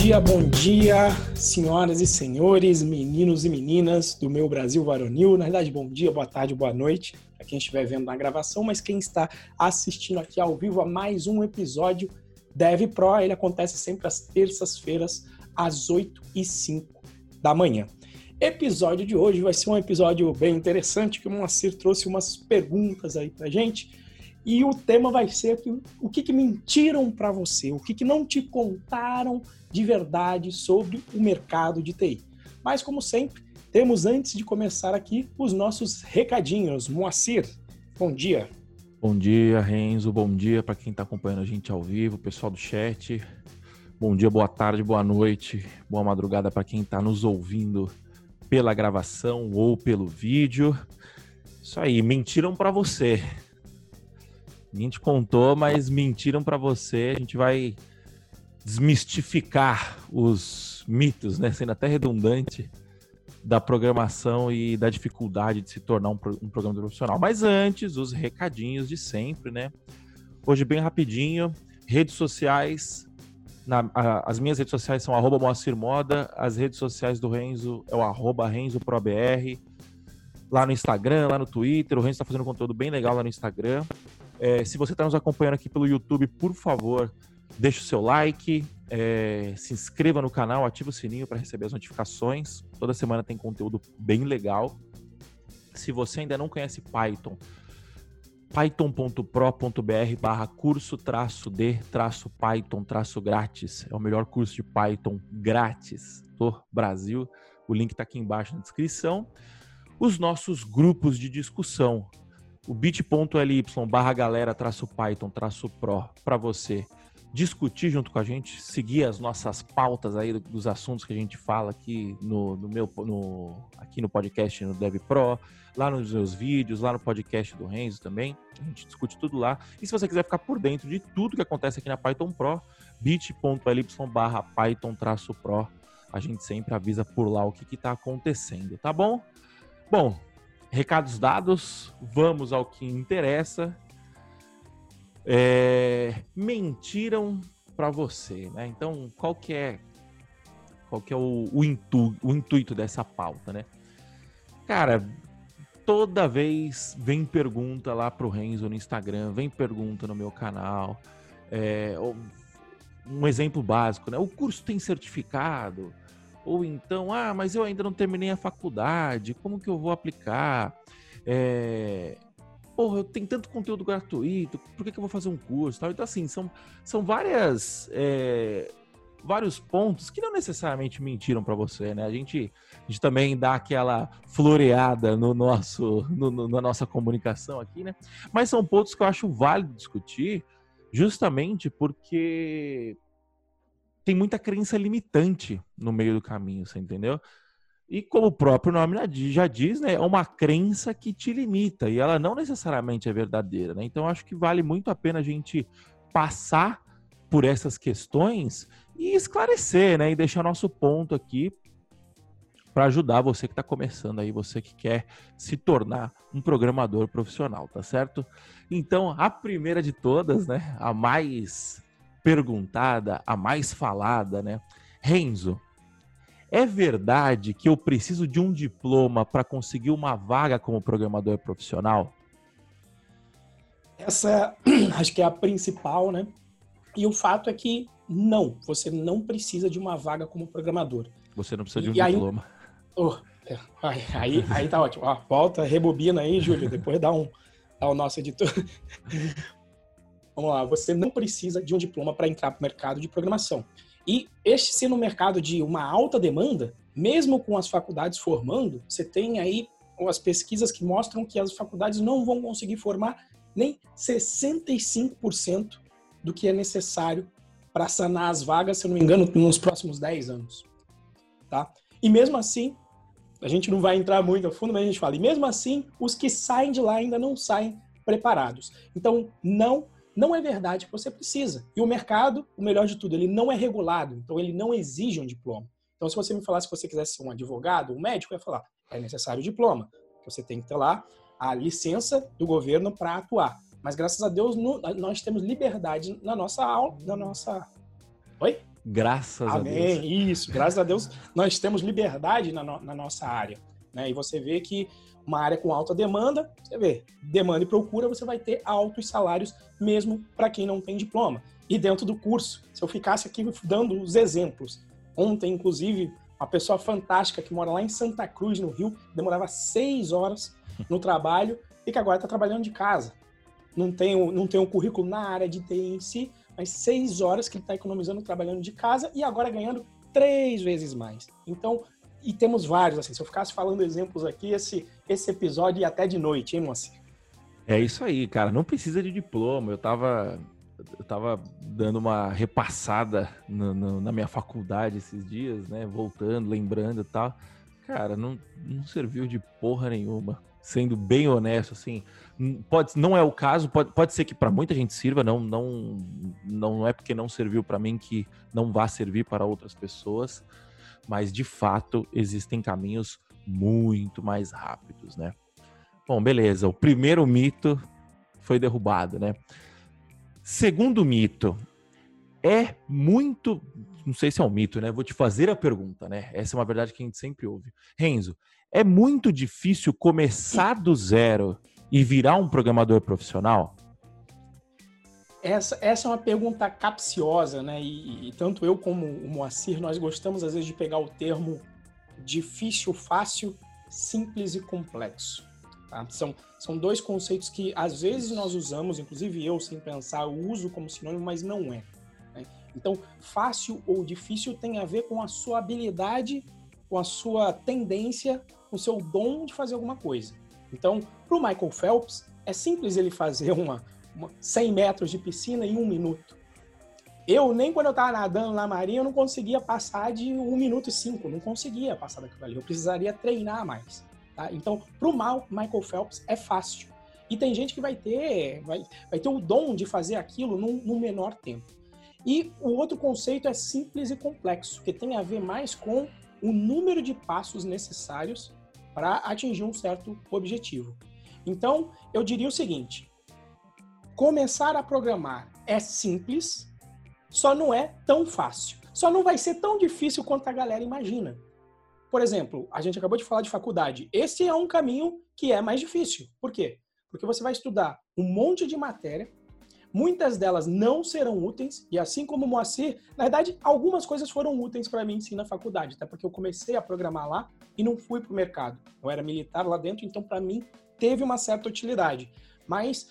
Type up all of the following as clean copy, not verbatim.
bom dia, senhoras e senhores, meninos e meninas do meu Brasil varonil. Na verdade, bom dia, boa tarde, boa noite para quem estiver vendo na gravação, mas quem está assistindo aqui ao vivo a mais um episódio DevPro, ele acontece sempre às terças-feiras, às 8h05 da manhã. Episódio de hoje vai ser um episódio bem interessante, que o Moacir trouxe umas perguntas aí pra gente. E o tema vai ser o que mentiram para você, o que não te contaram de verdade sobre o mercado de TI. Mas, como sempre, temos, antes de começar aqui, os nossos recadinhos. Moacir, bom dia. Bom dia, Renzo. Bom dia para quem está acompanhando a gente ao vivo, pessoal do chat. Bom dia, boa tarde, boa noite, boa madrugada para quem está nos ouvindo pela gravação ou pelo vídeo. Isso aí, mentiram para você. Ninguém te contou, mas mentiram para você. A gente vai desmistificar os mitos, né? Sendo até redundante, da programação e da dificuldade de se tornar um programador profissional. Mas antes, os recadinhos de sempre, né? Hoje, bem rapidinho, redes sociais. As minhas redes sociais são @moacirmoda. As redes sociais do Renzo é o @RenzoProBR. Lá no Instagram, lá no Twitter. O Renzo está fazendo conteúdo bem legal lá no Instagram. Se você está nos acompanhando aqui pelo YouTube, por favor, deixe o seu like, se inscreva no canal, ative o sininho para receber as notificações. Toda semana tem conteúdo bem legal. Se você ainda não conhece Python, python.pro.br/curso-d-python-grátis. É o melhor curso de Python grátis do Brasil. O link está aqui embaixo na descrição. Os nossos grupos de discussão. O bit.ly/galera-python-pro para você discutir junto com a gente, seguir as nossas pautas aí dos assuntos que a gente fala aqui aqui no podcast no DevPro, lá nos meus vídeos, lá no podcast do Renzo também. A gente discute tudo lá. E se você quiser ficar por dentro de tudo que acontece aqui na Python Pro, bit.ly/python-pro. A gente sempre avisa por lá o que está acontecendo, tá bom? Bom, recados dados, vamos ao que interessa. Mentiram para você, né? Então, qual que é o intuito dessa pauta, né? Cara, toda vez vem pergunta lá pro Renzo no Instagram, vem pergunta no meu canal. Um exemplo básico, né? O curso tem certificado? Ou então, mas eu ainda não terminei a faculdade, como que eu vou aplicar? Eu tenho tanto conteúdo gratuito, por que eu vou fazer um curso? Tal? Então, assim, são vários pontos que não necessariamente mentiram para você, né? A gente também dá aquela floreada na nossa comunicação aqui, né? Mas são pontos que eu acho válido discutir, justamente porque tem muita crença limitante no meio do caminho, você entendeu? E como o próprio nome já diz, né, é uma crença que te limita e ela não necessariamente é verdadeira, né? Então acho que vale muito a pena a gente passar por essas questões e esclarecer, né, e deixar nosso ponto aqui para ajudar você que está começando aí, você que quer se tornar um programador profissional, tá certo? Então, a primeira de todas, né, a mais perguntada, a mais falada, né? Renzo, é verdade que eu preciso de um diploma para conseguir uma vaga como programador profissional? Essa acho que é a principal, né? E o fato é que não, você não precisa de uma vaga como programador. Você não precisa de um diploma. Aí tá ótimo. Volta, rebobina aí, Júlio, depois dá o nosso editor. Vamos lá, você não precisa de um diploma para entrar para o mercado de programação. E este sendo um mercado de uma alta demanda, mesmo com as faculdades formando, você tem aí as pesquisas que mostram que as faculdades não vão conseguir formar nem 65% do que é necessário para sanar as vagas, se eu não me engano, nos próximos 10 anos. Tá? E mesmo assim, a gente não vai entrar muito a fundo, mas a gente fala, e mesmo assim, os que saem de lá ainda não saem preparados. Então, não é verdade que você precisa. E o mercado, o melhor de tudo, ele não é regulado, então ele não exige um diploma. Então, se você me falasse que você quisesse ser um advogado, um médico, eu ia falar, é necessário o diploma. Você tem que ter lá a licença do governo para atuar. Mas, graças a Deus, nós temos liberdade na nossa aula, Oi? Graças a Deus. Amém, isso. Graças a Deus nós temos liberdade na nossa área, né? E você vê que uma área com alta demanda, você vê, demanda e procura, você vai ter altos salários mesmo para quem não tem diploma. E dentro do curso, se eu ficasse aqui dando os exemplos, ontem, inclusive, uma pessoa fantástica que mora lá em Santa Cruz, no Rio, demorava 6 horas no trabalho e que agora está trabalhando de casa. Não tem um currículo na área de TI em si, mas 6 horas que ele está economizando trabalhando de casa e agora ganhando 3 vezes mais. Então, e temos vários, assim, se eu ficasse falando exemplos aqui, esse episódio ia até de noite, hein, Moacir? É isso aí, cara, não precisa de diploma. Eu tava dando uma repassada na minha faculdade esses dias, né, voltando, lembrando e tal. Cara, não serviu de porra nenhuma. Sendo bem honesto, assim, não é o caso, pode ser que para muita gente sirva, não é porque não serviu para mim que não vá servir para outras pessoas, mas de fato existem caminhos muito mais rápidos, né? Bom, beleza, o primeiro mito foi derrubado, né? Segundo mito, é muito, não sei se é um mito, né? Vou te fazer a pergunta, né? Essa é uma verdade que a gente sempre ouve. Renzo, é muito difícil começar do zero e virar um programador profissional? Essa é uma pergunta capciosa, né? E tanto eu como o Moacir, nós gostamos às vezes de pegar o termo difícil, fácil, simples e complexo. Tá? São 2 conceitos que às vezes nós usamos, inclusive eu, sem pensar, eu uso como sinônimo, mas não é. Né? Então, fácil ou difícil tem a ver com a sua habilidade, com a sua tendência, com o seu dom de fazer alguma coisa. Então, para o Michael Phelps, é simples ele fazer 100 metros de piscina em 1 minuto. Nem quando eu estava nadando na marinha, eu não conseguia passar de 1 minuto e 5, não conseguia passar daquilo ali, eu precisaria treinar mais. Tá? Então, para o Michael Phelps é fácil. E tem gente que vai ter o dom de fazer aquilo num menor tempo. E o outro conceito é simples e complexo, que tem a ver mais com o número de passos necessários para atingir um certo objetivo. Então, eu diria o seguinte: começar a programar é simples, só não é tão fácil. Só não vai ser tão difícil quanto a galera imagina. Por exemplo, a gente acabou de falar de faculdade. Esse é um caminho que é mais difícil. Por quê? Porque você vai estudar um monte de matéria, muitas delas não serão úteis, e assim como o Moacir, na verdade, algumas coisas foram úteis para mim sim na faculdade, até porque eu comecei a programar lá e não fui para o mercado. Eu era militar lá dentro, então para mim teve uma certa utilidade. Mas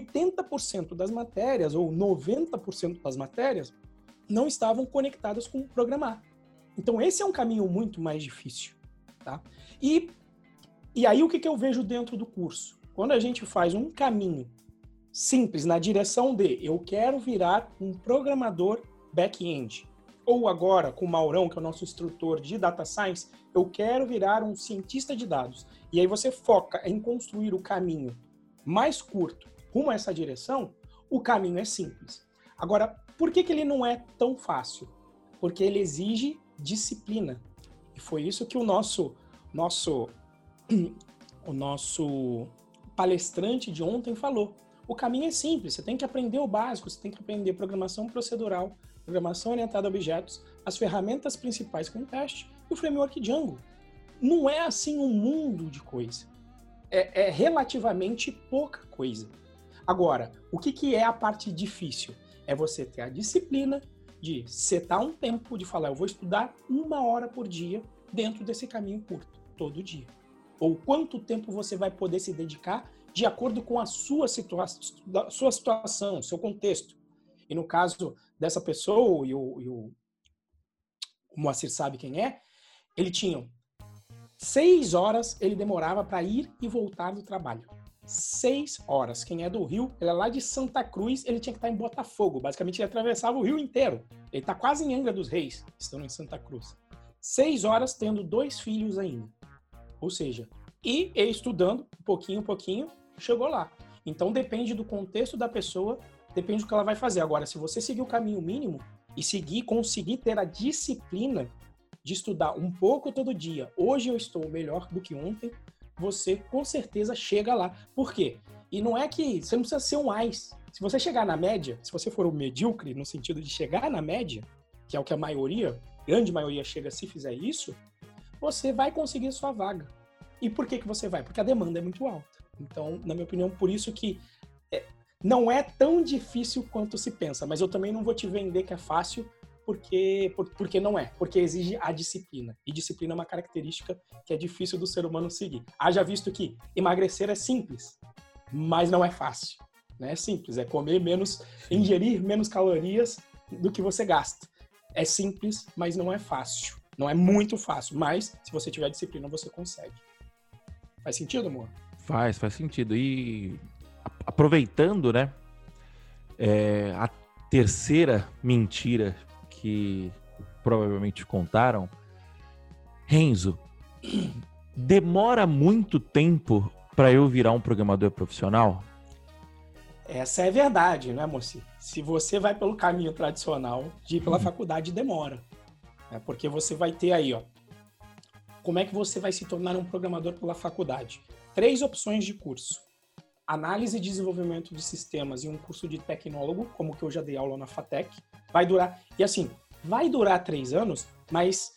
80% das matérias, ou 90% das matérias, não estavam conectadas com programar. Então esse é um caminho muito mais difícil. Tá? E aí o que eu vejo dentro do curso? Quando a gente faz um caminho simples na direção de eu quero virar um programador back-end, ou agora com o Maurão, que é o nosso instrutor de Data Science, eu quero virar um cientista de dados. E aí você foca em construir o caminho mais curto rumo a essa direção, o caminho é simples. Agora, por que ele não é tão fácil? Porque ele exige disciplina. E foi isso que o nosso palestrante de ontem falou. O caminho é simples, você tem que aprender o básico, você tem que aprender programação procedural, programação orientada a objetos, as ferramentas principais com teste e o framework Django. Não é assim um mundo de coisa. É relativamente pouca coisa. Agora, o que é a parte difícil? É você ter a disciplina de setar um tempo, de falar, eu vou estudar 1 hora por dia dentro desse caminho curto, todo dia. Ou quanto tempo você vai poder se dedicar de acordo com a sua situação, seu contexto. E no caso dessa pessoa, e o Moacir sabe quem é, ele tinha 6 horas ele demorava para ir e voltar do trabalho. 6 horas. Quem é do Rio, ele é lá de Santa Cruz, ele tinha que estar em Botafogo. Basicamente, ele atravessava o Rio inteiro. Ele está quase em Angra dos Reis, estando em Santa Cruz. 6 horas tendo 2 filhos ainda. Ou seja, e ele estudando, pouquinho, chegou lá. Então, depende do contexto da pessoa, depende do que ela vai fazer. Agora, se você seguir o caminho mínimo e conseguir ter a disciplina de estudar um pouco todo dia, hoje eu estou melhor do que ontem, você com certeza chega lá. Por quê? E não é que você não precisa ser um AIS. Se você chegar na média, se você for um medíocre, no sentido de chegar na média, que é o que a grande maioria chega se fizer isso, você vai conseguir a sua vaga. E por que você vai? Porque a demanda é muito alta. Então, na minha opinião, por isso que não é tão difícil quanto se pensa, mas eu também não vou te vender que é fácil, porque não é, porque exige a disciplina. E disciplina é uma característica que é difícil do ser humano seguir. Haja visto que emagrecer é simples, mas não é fácil. Não é simples, é comer menos, ingerir menos calorias do que você gasta. É simples, mas não é fácil. Não é muito fácil, mas se você tiver disciplina, você consegue. Faz sentido, amor? Faz sentido. E aproveitando, né, a terceira mentira que provavelmente contaram, Renzo, demora muito tempo para eu virar um programador profissional? Essa é verdade, né, moci? Se você vai pelo caminho tradicional de ir pela faculdade, demora. Porque você vai ter aí, ó, como é que você vai se tornar um programador pela faculdade? 3 opções de curso. Análise e desenvolvimento de sistemas e um curso de tecnólogo, como que eu já dei aula na FATEC. Vai durar, e assim, vai durar 3 anos, mas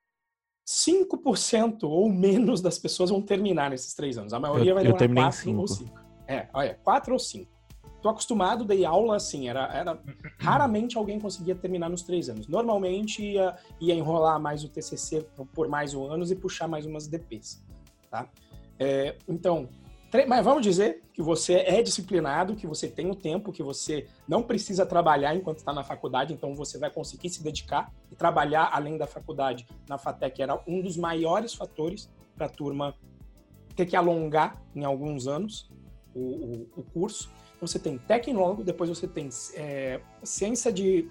5% ou menos das pessoas vão terminar nesses 3 anos. A maioria vai demorar 4 ou 5. 4 ou 5. Tô acostumado, dei aula assim, era raramente alguém conseguia terminar nos 3 anos. Normalmente ia enrolar mais o TCC por mais um ano e puxar mais umas DPs, tá? Então, mas vamos dizer que você é disciplinado, que você tem o tempo, que você não precisa trabalhar enquanto está na faculdade, então você vai conseguir se dedicar e trabalhar além da faculdade. Na FATEC era um dos maiores fatores para a turma ter que alongar em alguns anos o curso. Você tem tecnólogo, depois você tem ciência de...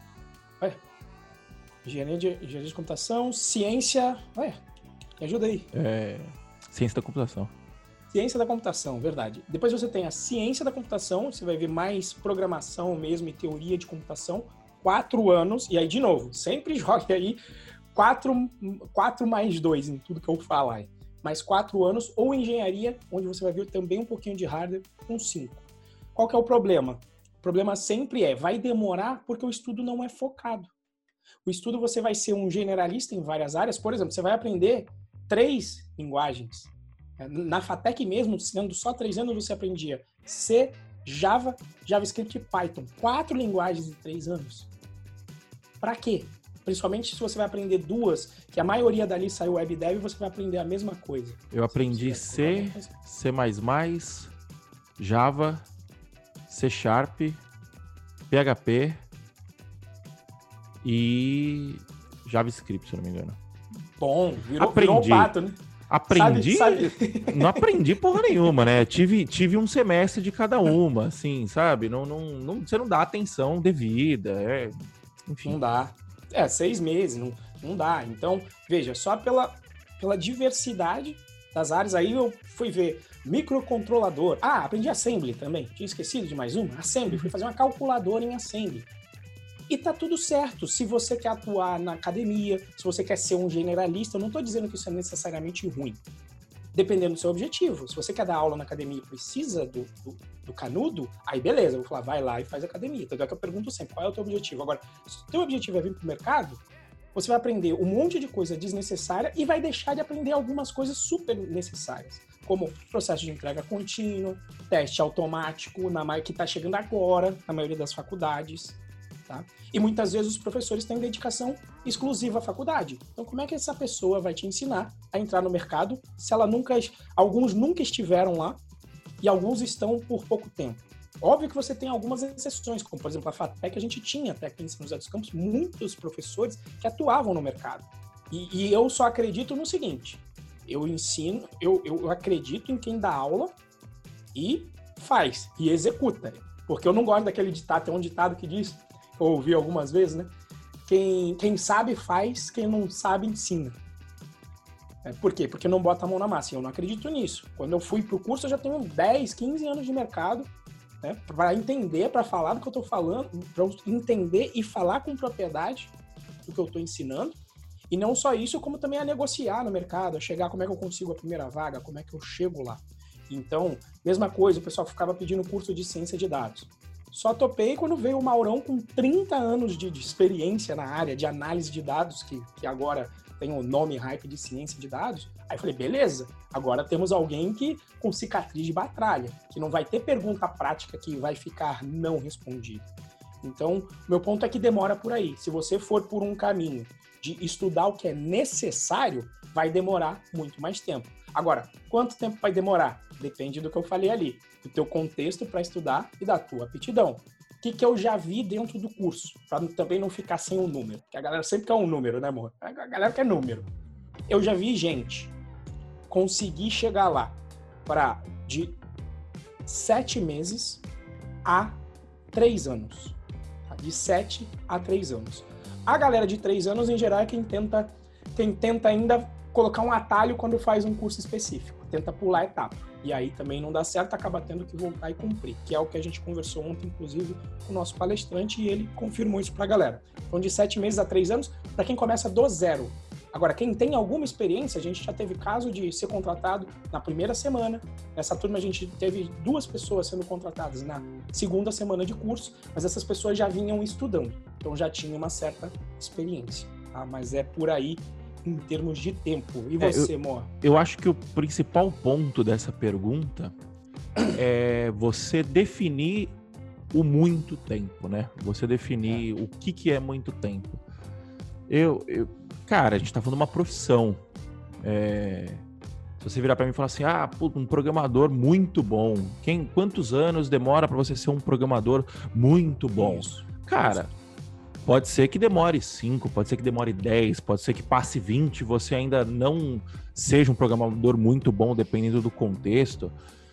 engenharia de computação, ciência... me ajuda aí. Ciência da computação. Ciência da computação, verdade. Depois você tem a ciência da computação, você vai ver mais programação mesmo e teoria de computação, 4 anos, e aí de novo, sempre jogue aí 4 mais 2 em tudo que eu falar aí. Mais 4 anos, ou engenharia, onde você vai ver também um pouquinho de hardware, com 5. Qual que é o problema? O problema sempre vai demorar porque o estudo não é focado. O estudo você vai ser um generalista em várias áreas, por exemplo, você vai aprender 3 linguagens. Na FATEC mesmo, sendo só 3 anos, você aprendia C, Java, JavaScript e Python. 4 linguagens em 3 anos. Para quê? Principalmente se você vai aprender 2, que a maioria dali saiu web dev, você vai aprender a mesma coisa. Eu aprendi C, C++, Java, C Sharp, PHP e JavaScript, se eu não me engano. Bom, virou um pato, né? Aprendi? Sabe? Não aprendi porra nenhuma, né? Tive um semestre de cada uma, assim, sabe? Você não dá atenção devida, enfim. Não dá. 6 meses, não dá. Então, veja, só pela diversidade das áreas, aí eu fui ver microcontrolador. Aprendi Assembly também. Tinha esquecido de mais uma. Assembly. Fui fazer uma calculadora em Assembly. E tá tudo certo. Se você quer atuar na academia, se você quer ser um generalista, eu não estou dizendo que isso é necessariamente ruim. Dependendo do seu objetivo. Se você quer dar aula na academia e precisa do canudo, aí beleza, eu vou falar, vai lá e faz academia. Tanto é que eu pergunto sempre, qual é o teu objetivo? Agora, se o teu objetivo é vir pro mercado, você vai aprender um monte de coisa desnecessária e vai deixar de aprender algumas coisas super necessárias, como processo de entrega contínuo, teste automático, que está chegando agora na maioria das faculdades. Tá? E muitas vezes os professores têm dedicação exclusiva à faculdade. Então, como é que essa pessoa vai te ensinar a entrar no mercado se alguns nunca estiveram lá e alguns estão por pouco tempo? Óbvio que você tem algumas exceções, como por exemplo a FATEC, a gente tinha até aqui em São José dos Campos muitos professores que atuavam no mercado. E eu só acredito no seguinte, eu ensino, eu acredito em quem dá aula e faz, e executa. Porque eu não gosto daquele ditado, tem um ditado que diz, eu ouvi algumas vezes, né? Quem sabe faz, quem não sabe ensina. Por quê? Porque não bota a mão na massa. Eu não acredito nisso. Quando eu fui pro curso, eu já tenho 10, 15 anos de mercado, né? Para entender, para falar do que eu estou falando, para entender e falar com propriedade do que eu estou ensinando. E não só isso, como também a negociar no mercado, a chegar como é que eu consigo a primeira vaga, como é que eu chego lá. Então, mesma coisa, o pessoal ficava pedindo curso de ciência de dados. Só topei quando veio o Maurão com 30 anos de experiência na área de análise de dados, que agora tem o nome hype de ciência de dados. Aí eu falei, beleza, agora temos alguém com cicatriz de batalha, que não vai ter pergunta prática que vai ficar não respondida. Então, meu ponto é que demora por aí. Se você for por um caminho de estudar o que é necessário, vai demorar muito mais tempo. Agora, quanto tempo vai demorar? Depende do que eu falei ali, do teu contexto para estudar e da tua aptidão. O que eu já vi dentro do curso, para também não ficar sem um número, porque a galera sempre quer um número, né, amor? A galera quer número. Eu já vi gente conseguir chegar lá de 7 meses a 3 anos. De 7 a 3 anos. A galera de 3 anos, em geral, é quem tenta ainda colocar um atalho quando faz um curso específico. Tenta pular a etapa. E aí também não dá certo, acaba tendo que voltar e cumprir. Que é o que a gente conversou ontem, inclusive, com o nosso palestrante, e ele confirmou isso pra galera. Então, de 7 meses a 3 anos, para quem começa do zero. Agora, quem tem alguma experiência, a gente já teve caso de ser contratado na primeira semana. Nessa turma, a gente teve 2 pessoas sendo contratadas na segunda semana de curso, mas essas pessoas já vinham estudando, então já tinham uma certa experiência. Tá? Mas é por aí em termos de tempo. E você, Moa? Eu acho que o principal ponto dessa pergunta é você definir o muito tempo, né? Você definir o que é muito tempo. Cara, a gente tá falando de uma profissão. Se você virar pra mim e falar assim, um programador muito bom. Quantos anos demora pra você ser um programador muito bom? Isso. Cara, pode ser que demore 5, pode ser que demore 10, pode ser que passe 20, você ainda não seja um programador muito bom, dependendo do contexto.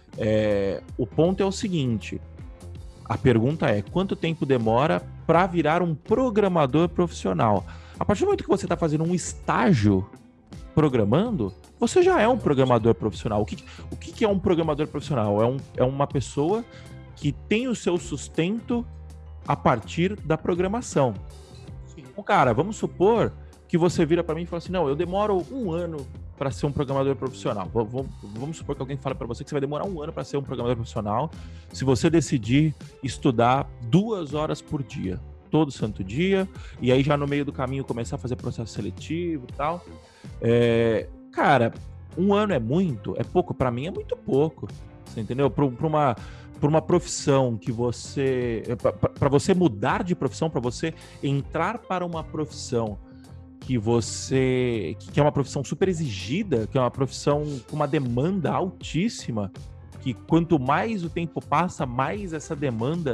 O ponto é o seguinte, a pergunta é, quanto tempo demora pra virar um programador profissional? A partir do momento que você está fazendo um estágio programando, você já é um programador profissional. O que é um programador profissional? É uma pessoa que tem o seu sustento a partir da programação. Então, cara, vamos supor que você vira para mim e fala assim, não, eu demoro 1 ano para ser um programador profissional. Vamos supor que alguém fala para você que você vai demorar 1 ano para ser um programador profissional se você decidir estudar 2 horas por dia. Todo santo dia, e aí já no meio do caminho começar a fazer processo seletivo e tal. Cara, 1 ano é muito? É pouco? Para mim é muito pouco, você entendeu? Para uma profissão que você... Para você mudar de profissão, para você entrar para uma profissão que é uma profissão super exigida, que é uma profissão com uma demanda altíssima, que quanto mais o tempo passa, mais essa demanda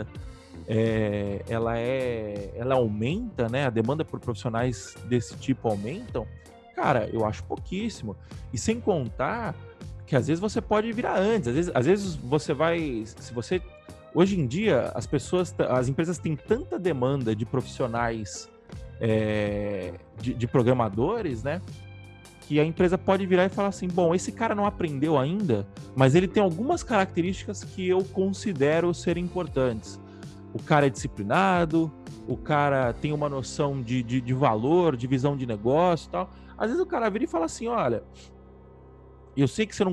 ela aumenta, né? A demanda por profissionais desse tipo aumentam. Cara, eu acho pouquíssimo. E sem contar que às vezes você pode virar antes. Às vezes você vai... Hoje em dia, as empresas têm tanta demanda de profissionais de programadores, né? Que a empresa pode virar e falar assim, bom, esse cara não aprendeu ainda, mas ele tem algumas características que eu considero serem importantes. O cara é disciplinado, o cara tem uma noção de valor, de visão de negócio e tal. Às vezes o cara vira e fala assim, olha, eu sei que você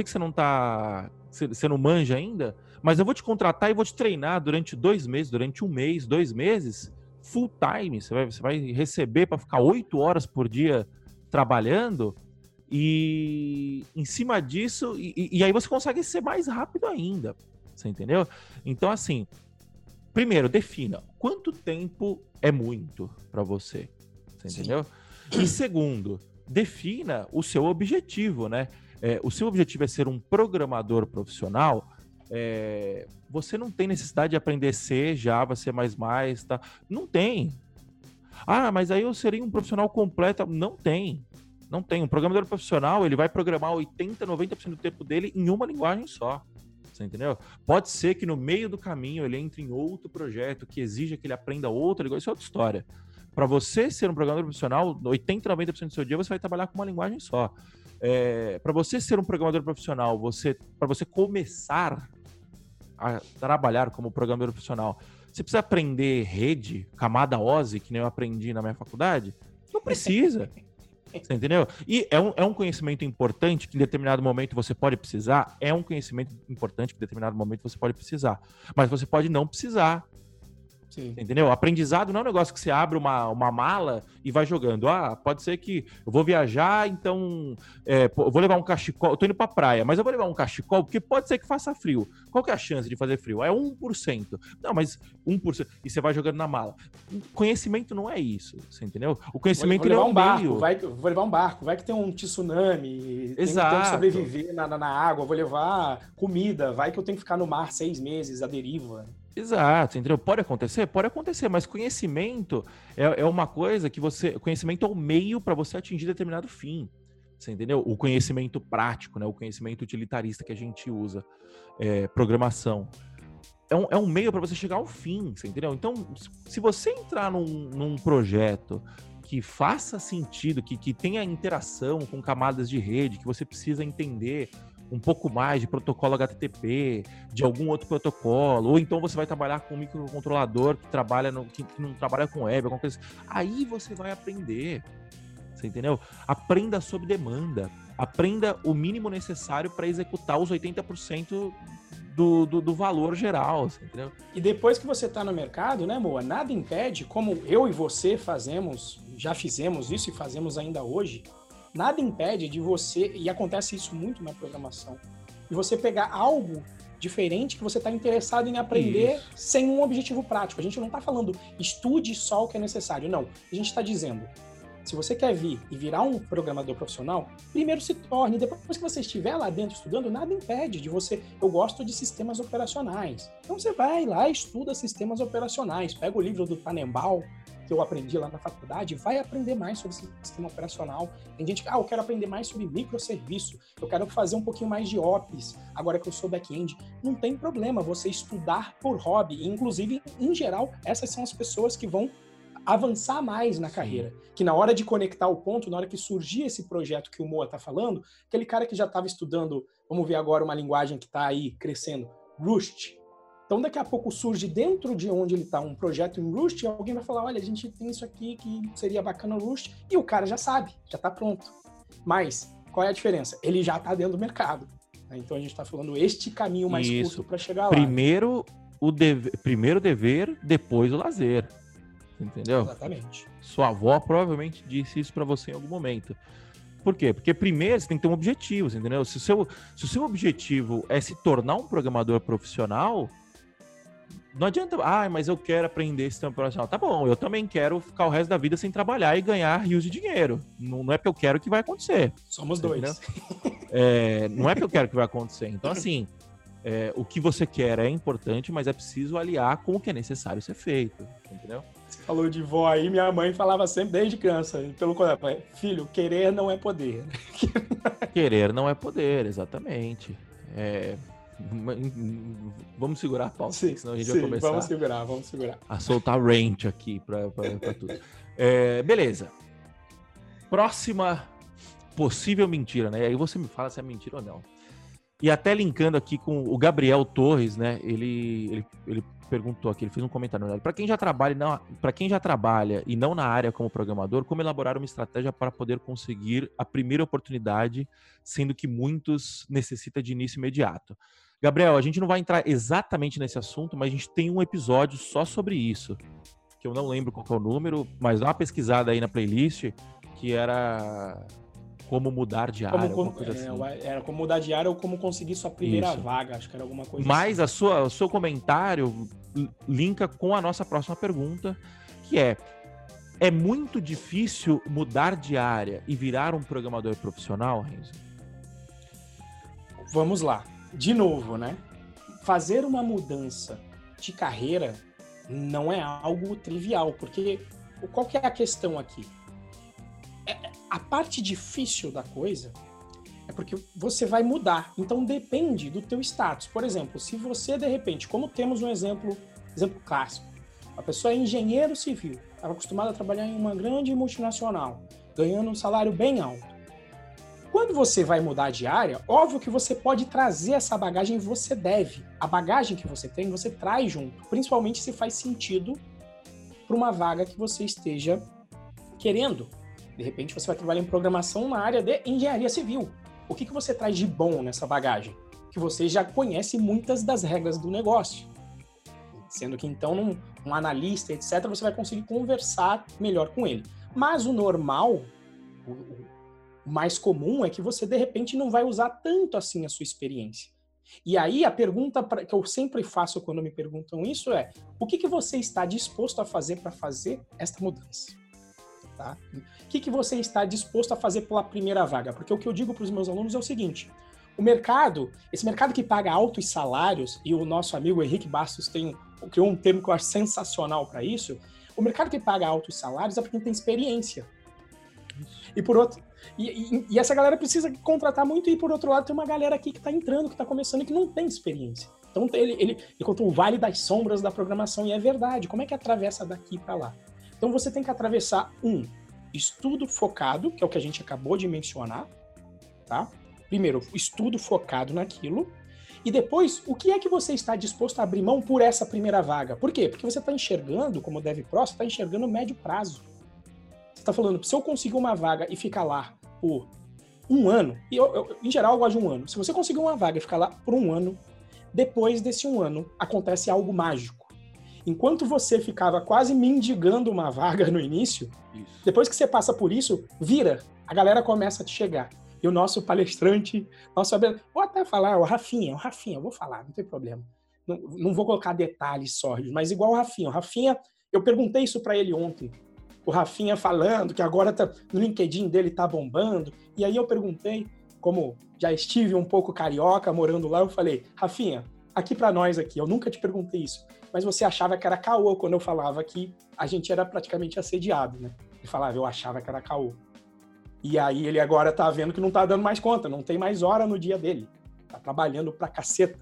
não manja ainda, mas eu vou te contratar e vou te treinar durante 2 meses, durante 1 mês, 2 meses, full time. Você vai receber para ficar 8 horas por dia trabalhando, e em cima disso, e aí você consegue ser mais rápido ainda, você entendeu? Então, assim, primeiro, defina quanto tempo é muito para você, entendeu? E segundo, defina o seu objetivo, né? O seu objetivo é ser um programador profissional. Você não tem necessidade de aprender C, Java, C++, tá? Não tem. Mas aí eu seria um profissional completo. Não tem. Não tem. Um programador profissional, ele vai programar 80%, 90% do tempo dele em uma linguagem só. Você entendeu? Pode ser que no meio do caminho ele entre em outro projeto que exija que ele aprenda outra linguagem. Isso é outra história. Para você ser um programador profissional, 80%, 90% do seu dia você vai trabalhar com uma linguagem só. Para você ser um programador profissional, para você começar a trabalhar como programador profissional, você precisa aprender rede, camada OSI, que nem eu aprendi na minha faculdade? Não precisa. Você entendeu? E é um conhecimento importante que em determinado momento você pode precisar. É um conhecimento importante que em determinado momento você pode precisar. Mas você pode não precisar. Sim. Entendeu? Aprendizado não é um negócio que você abre uma mala e vai jogando. Ah, pode ser que eu vou viajar, então eu vou levar um cachecol. Eu tô indo pra praia, mas eu vou levar um cachecol porque pode ser que faça frio. Qual que é a chance de fazer frio? É 1%. Não, mas 1%. E você vai jogando na mala. Conhecimento não é isso, você entendeu? O conhecimento vou levar um barco, meio. vou levar um barco, vai que tem um tsunami, Exato. tenho que sobreviver na água, vou levar comida, vai que eu tenho que ficar no mar 6 meses, à deriva. Exato, entendeu? Pode acontecer, mas conhecimento é uma coisa que conhecimento é o meio para você atingir determinado fim, você entendeu? O conhecimento prático, né? O conhecimento utilitarista que a gente usa, programação, é um meio para você chegar ao fim, você entendeu? Então, se você entrar num projeto que faça sentido, que tenha interação com camadas de rede, que você precisa entender um pouco mais de protocolo HTTP, de algum outro protocolo, ou então você vai trabalhar com um microcontrolador que não trabalha com web, alguma coisa assim. Aí você vai aprender, você entendeu? Aprenda sob demanda, aprenda o mínimo necessário para executar os 80% do valor geral, você entendeu? E depois que você está no mercado, né, Moa, nada impede, como eu e você já fizemos isso e fazemos ainda hoje, nada impede de você, e acontece isso muito na programação, de você pegar algo diferente que você está interessado em aprender sem um objetivo prático. A gente não está falando estude só o que é necessário, não. A gente está dizendo, se você quer vir e virar um programador profissional, primeiro se torne, depois que você estiver lá dentro estudando, nada impede de você... Eu gosto de sistemas operacionais. Então você vai lá e estuda sistemas operacionais, pega o livro do Tannenbaum, que eu aprendi lá na faculdade, vai aprender mais sobre sistema operacional. Tem gente que, eu quero aprender mais sobre microserviço, eu quero fazer um pouquinho mais de Ops, agora que eu sou back-end. Não tem problema você estudar por hobby. Inclusive, em geral, essas são as pessoas que vão avançar mais na carreira. Que na hora de conectar o ponto, na hora que surgir esse projeto que o Moa está falando, aquele cara que já estava estudando, vamos ver agora uma linguagem que está aí crescendo, Rust. Então, daqui a pouco surge dentro de onde ele está um projeto em Rust e alguém vai falar, olha, a gente tem isso aqui que seria bacana no Rust, e o cara já sabe, já está pronto. Mas, qual é a diferença? Ele já está dentro do mercado. Então, a gente está falando este caminho mais curto para chegar lá. Primeiro o dever, depois o lazer. Entendeu? Exatamente. Sua avó provavelmente disse isso para você em algum momento. Por quê? Porque primeiro você tem que ter um objetivo, entendeu? Se o seu objetivo é se tornar um programador profissional, não adianta, mas eu quero aprender sistema operacional. Tá bom, eu também quero ficar o resto da vida sem trabalhar e ganhar rios de dinheiro. Não é porque eu quero que vai acontecer. Somos dois. Não é porque eu quero que vai acontecer. Então, assim, o que você quer é importante, mas é preciso aliar com o que é necessário ser feito, entendeu? Você falou de vó aí, minha mãe falava sempre desde criança, pelo contrário, filho, querer não é poder. Querer não é poder, exatamente. Vamos segurar a pauta, senão a gente vai começar vamos segurar. A soltar rant aqui pra tudo. Beleza. Próxima possível mentira, né? Aí você me fala se é mentira ou não. E até linkando aqui com o Gabriel Torres, né? Ele perguntou aqui, ele fez um comentário, na verdade. Para quem já trabalha e não na área como programador, como elaborar uma estratégia para poder conseguir a primeira oportunidade, sendo que muitos necessitam de início imediato? Gabriel, a gente não vai entrar exatamente nesse assunto, mas a gente tem um episódio só sobre isso, que eu não lembro qual que é o número, mas dá uma pesquisada aí na playlist, que era como mudar de área, alguma coisa assim. Era como mudar de área ou como conseguir sua primeira vaga, acho que era alguma coisa mas assim. Mas o seu comentário linka com a nossa próxima pergunta, que é muito difícil mudar de área e virar um programador profissional, Renzo? Vamos lá. De novo, né? Fazer uma mudança de carreira não é algo trivial, porque qual que é a questão aqui? A parte difícil da coisa é porque você vai mudar. Então depende do teu status. Por exemplo, se você de repente, como temos um exemplo clássico, a pessoa é engenheiro civil, estava acostumada a trabalhar em uma grande multinacional, ganhando um salário bem alto. Quando você vai mudar de área, óbvio que você pode trazer essa bagagem, você deve. A bagagem que você tem, você traz junto, principalmente se faz sentido para uma vaga que você esteja querendo. De repente você vai trabalhar em programação na área de engenharia civil. O que você traz de bom nessa bagagem? Que você já conhece muitas das regras do negócio. Sendo que então um analista, etc., você vai conseguir conversar melhor com ele. Mas o normal, o mais comum é que você de repente não vai usar tanto assim a sua experiência. E aí a pergunta que eu sempre faço quando me perguntam isso é: o que você está disposto a fazer para fazer esta mudança? Tá? O que você está disposto a fazer pela primeira vaga? Porque o que eu digo para os meus alunos é o seguinte: o mercado, esse mercado que paga altos salários, e o nosso amigo Henrique Bastos criou um termo que eu acho sensacional para isso, o mercado que paga altos salários é porque tem experiência. E por outro, e essa galera precisa contratar muito, e por outro lado tem uma galera aqui que está entrando, que está começando e que não tem experiência. Então ele contou o vale das sombras da programação, e é verdade. Como é que atravessa daqui para lá? Então você tem que atravessar estudo focado, que é o que a gente acabou de mencionar, tá? Primeiro, estudo focado naquilo. E depois, o que é que você está disposto a abrir mão por essa primeira vaga? Por quê? Porque você está enxergando, como DevPro, você está enxergando médio prazo. Você está falando, se eu conseguir uma vaga e ficar lá por 1 ano, e em geral eu gosto de 1 ano, se você conseguir uma vaga e ficar lá por 1 ano, depois desse 1 ano, acontece algo mágico. Enquanto você ficava quase mendigando uma vaga no início, depois que você passa por isso, vira, a galera começa a te chegar. E o nosso palestrante, vou até falar, o Rafinha, eu vou falar, não tem problema. Não vou colocar detalhes sórdidos, mas igual o Rafinha, eu perguntei isso para ele ontem. O Rafinha falando que agora no LinkedIn dele tá bombando. E aí eu perguntei, como já estive um pouco carioca morando lá, eu falei: Rafinha, aqui para nós aqui, eu nunca te perguntei isso, mas você achava que era caô quando eu falava que a gente era praticamente assediado, né? Ele falava, eu achava que era caô. E aí ele agora tá vendo que não tá dando mais conta, não tem mais hora no dia dele. Tá trabalhando pra caceta,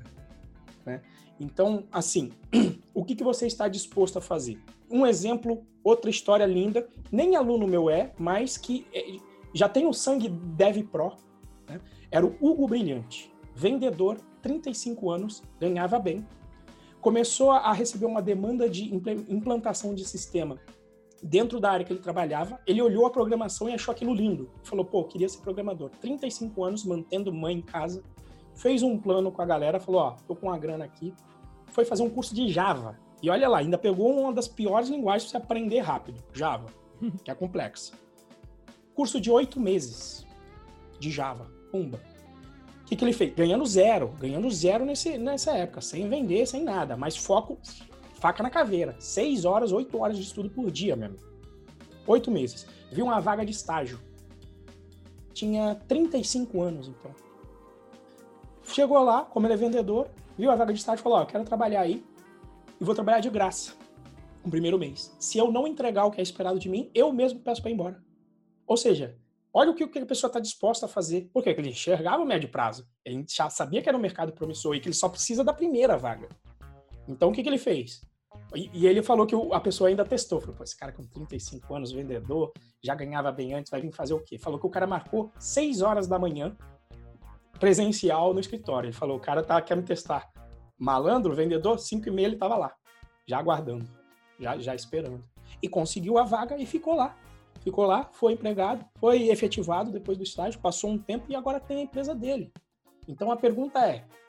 né? Então, assim, o que você está disposto a fazer? Um exemplo, outra história linda, nem aluno meu mas que já tem o sangue DevPro, né? Era o Hugo Brilhante, vendedor, 35 anos, ganhava bem. Começou a receber uma demanda de implantação de sistema dentro da área que ele trabalhava. Ele olhou a programação e achou aquilo lindo. Falou, queria ser programador. 35 anos, mantendo mãe em casa. Fez um plano com a galera, falou, tô com uma grana aqui. Foi fazer um curso de Java. E olha lá, ainda pegou uma das piores linguagens para você aprender rápido. Java, que é complexa. Curso de 8 meses de Java. Pumba. O que ele fez? Ganhando zero nessa época, sem vender, sem nada, mas foco, faca na caveira, 6 horas, 8 horas de estudo por dia mesmo. 8 meses. Viu uma vaga de estágio. Tinha 35 anos, então. Chegou lá, como ele é vendedor, viu a vaga de estágio e falou, eu quero trabalhar aí e vou trabalhar de graça no primeiro mês. Se eu não entregar o que é esperado de mim, eu mesmo peço para ir embora. Ou seja, olha o que a pessoa está disposta a fazer. Por quê? Porque ele enxergava o médio prazo. Ele já sabia que era um mercado promissor e que ele só precisa da primeira vaga. Então, o que ele fez? E ele falou que a pessoa ainda testou. Falou, esse cara com 35 anos, vendedor, já ganhava bem antes, vai vir fazer o quê? Falou que o cara marcou 6 horas da manhã, presencial no escritório. Ele falou, o cara quer me testar. Malandro, vendedor, 5h30 ele estava lá, já aguardando, já esperando. E conseguiu a vaga e ficou lá. Ficou lá, foi empregado, foi efetivado depois do estágio, passou um tempo e agora tem a empresa dele. Então a pergunta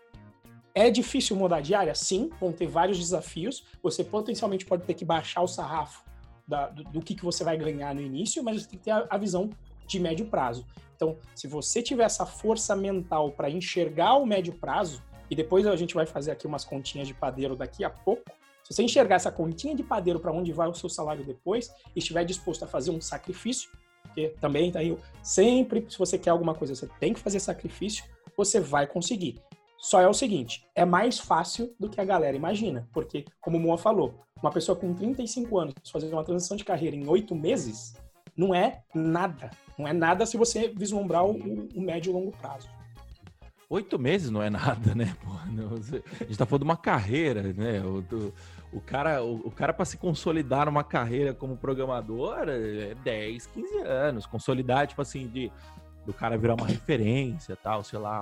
é difícil mudar de área? Sim, vão ter vários desafios. Você potencialmente pode ter que baixar o sarrafo do que você vai ganhar no início, mas você tem que ter a visão de médio prazo. Então, se você tiver essa força mental para enxergar o médio prazo, e depois a gente vai fazer aqui umas continhas de padeiro daqui a pouco, se você enxergar essa continha de padeiro para onde vai o seu salário depois, e estiver disposto a fazer um sacrifício, porque também tá aí, sempre, se você quer alguma coisa, você tem que fazer sacrifício, você vai conseguir. Só é o seguinte, é mais fácil do que a galera imagina, porque, como o Moa falou, uma pessoa com 35 anos fazer uma transição de carreira em 8 meses, não é nada. Não é nada se você vislumbrar o médio e longo prazo. 8 meses não é nada, né? A gente tá falando de uma carreira, né? O cara para se consolidar numa carreira como programador é 10, 15 anos. Consolidar, tipo assim, do cara virar uma referência, tal, sei lá,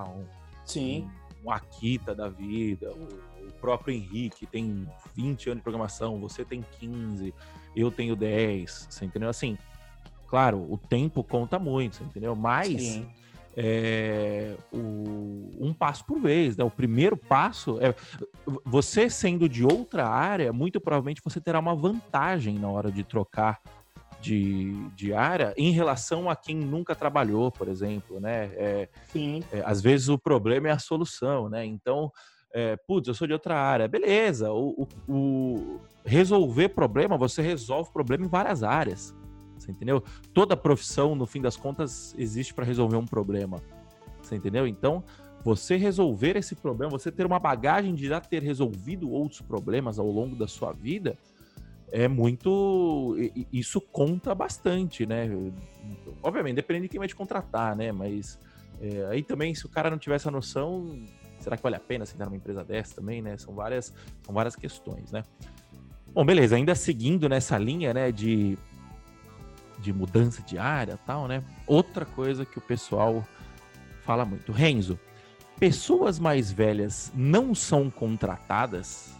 um Akita da vida. O próprio Henrique tem 20 anos de programação, você tem 15, eu tenho 10, você entendeu? Assim, Claro, o tempo conta muito, entendeu? Mas Sim. Um passo por vez, né? O primeiro passo é você sendo de outra área, muito provavelmente você terá uma vantagem na hora de trocar de área em relação a quem nunca trabalhou, por exemplo, né? Sim. Às vezes o problema é a solução, né? Então, putz, eu sou de outra área, beleza. Resolver problema, você resolve problema em várias áreas. Você entendeu? Toda profissão, no fim das contas, existe para resolver um problema. Você entendeu? Então, você resolver esse problema, você ter uma bagagem de já ter resolvido outros problemas ao longo da sua vida, isso conta bastante, né? Obviamente, depende de quem vai te contratar, né? Mas aí também, se o cara não tiver essa noção, será que vale a pena sentar numa empresa dessa também, né? São várias questões, né? Bom, beleza. Ainda seguindo nessa linha, né, de mudança de área e tal, né? Outra coisa que o pessoal fala muito. Renzo, pessoas mais velhas não são contratadas?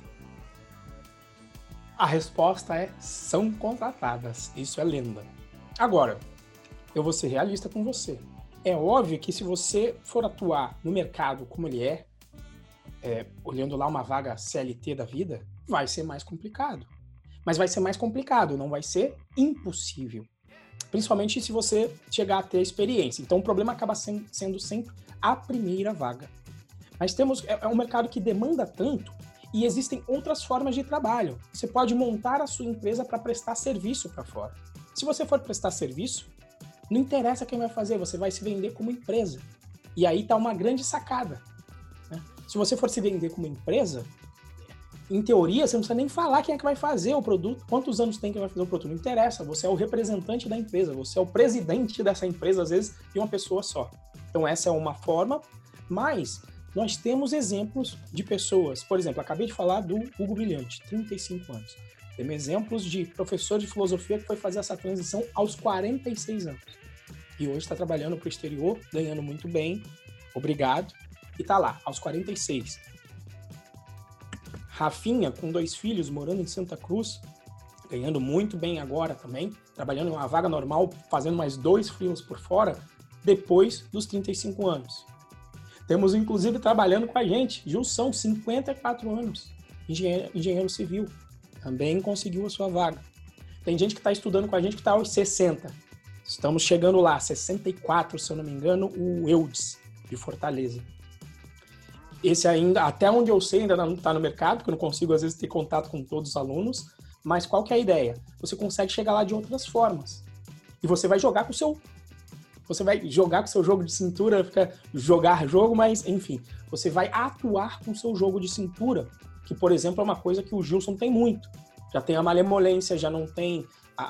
A resposta é: são contratadas. Isso é lenda. Agora, eu vou ser realista com você. É óbvio que se você for atuar no mercado como ele olhando lá uma vaga CLT da vida, vai ser mais complicado. Mas vai ser mais complicado, não vai ser impossível. Principalmente se você chegar a ter experiência. Então o problema acaba sendo sempre a primeira vaga. Mas é um mercado que demanda tanto e existem outras formas de trabalho. Você pode montar a sua empresa para prestar serviço para fora. Se você for prestar serviço, não interessa quem vai fazer, você vai se vender como empresa. E aí está uma grande sacada, né? Se você for se vender como empresa, em teoria, você não precisa nem falar quem é que vai fazer o produto, quantos anos tem que vai fazer o produto. Não interessa, você é o representante da empresa, você é o presidente dessa empresa, às vezes, de uma pessoa só. Então essa é uma forma, mas nós temos exemplos de pessoas, por exemplo, acabei de falar do Hugo Brilhante, 35 anos. Temos exemplos de professor de filosofia que foi fazer essa transição aos 46 anos. E hoje está trabalhando para o exterior, ganhando muito bem, obrigado, e está lá, aos 46. Rafinha, com 2 filhos, morando em Santa Cruz, ganhando muito bem agora também, trabalhando em uma vaga normal, fazendo mais 2 freelas por fora, depois dos 35 anos. Temos, inclusive, trabalhando com a gente, Gilson, 54 anos, engenheiro civil, também conseguiu a sua vaga. Tem gente que está estudando com a gente que está aos 60. Estamos chegando lá, 64, se eu não me engano, o Eudes, de Fortaleza. Esse ainda, até onde eu sei, ainda não está no mercado, porque eu não consigo, às vezes, ter contato com todos os alunos, mas qual que é a ideia? Você consegue chegar lá de outras formas. E você vai jogar com o seu... Você vai jogar com o seu jogo de cintura, fica jogar jogo, mas, enfim, você vai atuar com o seu jogo de cintura, que, por exemplo, é uma coisa que o Gilson tem muito. Já tem a malemolência, já não tem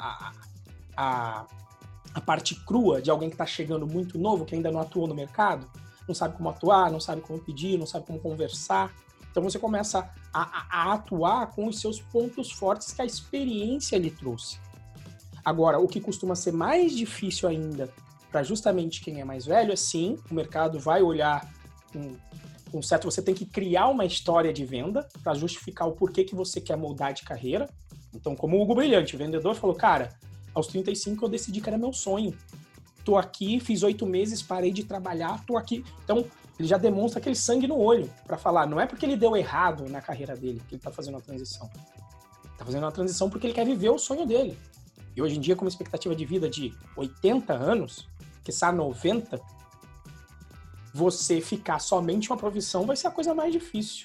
a parte crua de alguém que está chegando muito novo, que ainda não atuou no mercado, não sabe como atuar, não sabe como pedir, não sabe como conversar. Então você começa a atuar com os seus pontos fortes que a experiência lhe trouxe. Agora, o que costuma ser mais difícil ainda para justamente quem é mais velho é sim, o mercado vai olhar com certo, você tem que criar uma história de venda para justificar o porquê que você quer mudar de carreira. Então, como o Hugo Brilhante, o vendedor falou, cara, aos 35 eu decidi que era meu sonho. Tô aqui, fiz 8 meses, parei de trabalhar, tô aqui. Então, ele já demonstra aquele sangue no olho para falar. Não é porque ele deu errado na carreira dele que ele tá fazendo a transição. Tá fazendo uma transição porque ele quer viver o sonho dele. E hoje em dia, com uma expectativa de vida de 80 anos, quiçá 90, você ficar somente uma profissão vai ser a coisa mais difícil.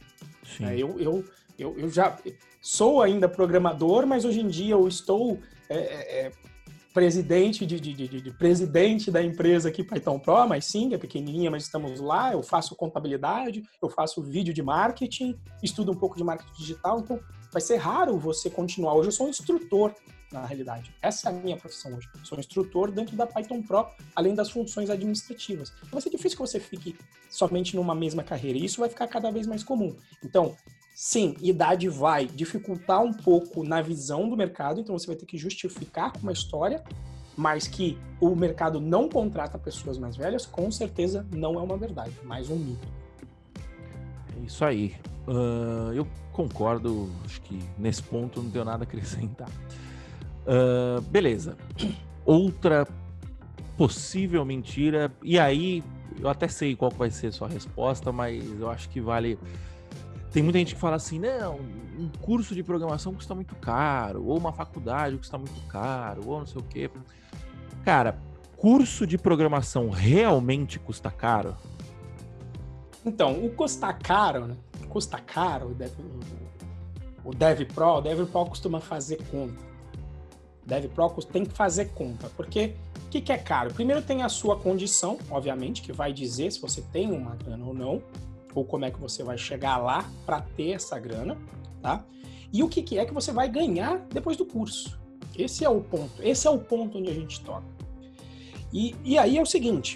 Eu já sou ainda programador, mas hoje em dia eu estou... presidente presidente da empresa aqui, Python Pro, mas sim, é pequenininha, mas estamos lá, eu faço contabilidade, eu faço vídeo de marketing, estudo um pouco de marketing digital, então vai ser raro você continuar. Hoje eu sou um instrutor, na realidade. Essa é a minha profissão hoje. Sou um instrutor dentro da Python Pro, além das funções administrativas. Então vai ser difícil que você fique somente numa mesma carreira, e isso vai ficar cada vez mais comum. Então, sim, idade vai dificultar um pouco na visão do mercado, então você vai ter que justificar com uma história, mas que o mercado não contrata pessoas mais velhas, com certeza não é uma verdade, mais um mito. É isso aí. Eu concordo, acho que nesse ponto não tenho nada a acrescentar. Beleza. outra possível mentira, e aí eu até sei qual vai ser a sua resposta, mas eu acho que vale... Tem muita gente que fala assim, não, um curso de programação custa muito caro, ou uma faculdade custa muito caro, ou não sei o quê. Cara, curso de programação realmente custa caro? Então, o custa caro, né? Custa caro, o DevPro costuma fazer conta. DevPro tem que fazer conta, porque o que é caro? Primeiro tem a sua condição, obviamente, que vai dizer se você tem uma grana ou não, ou como é que você vai chegar lá para ter essa grana, tá? E o que é que você vai ganhar depois do curso. Esse é o ponto onde a gente toca. E aí é o seguinte,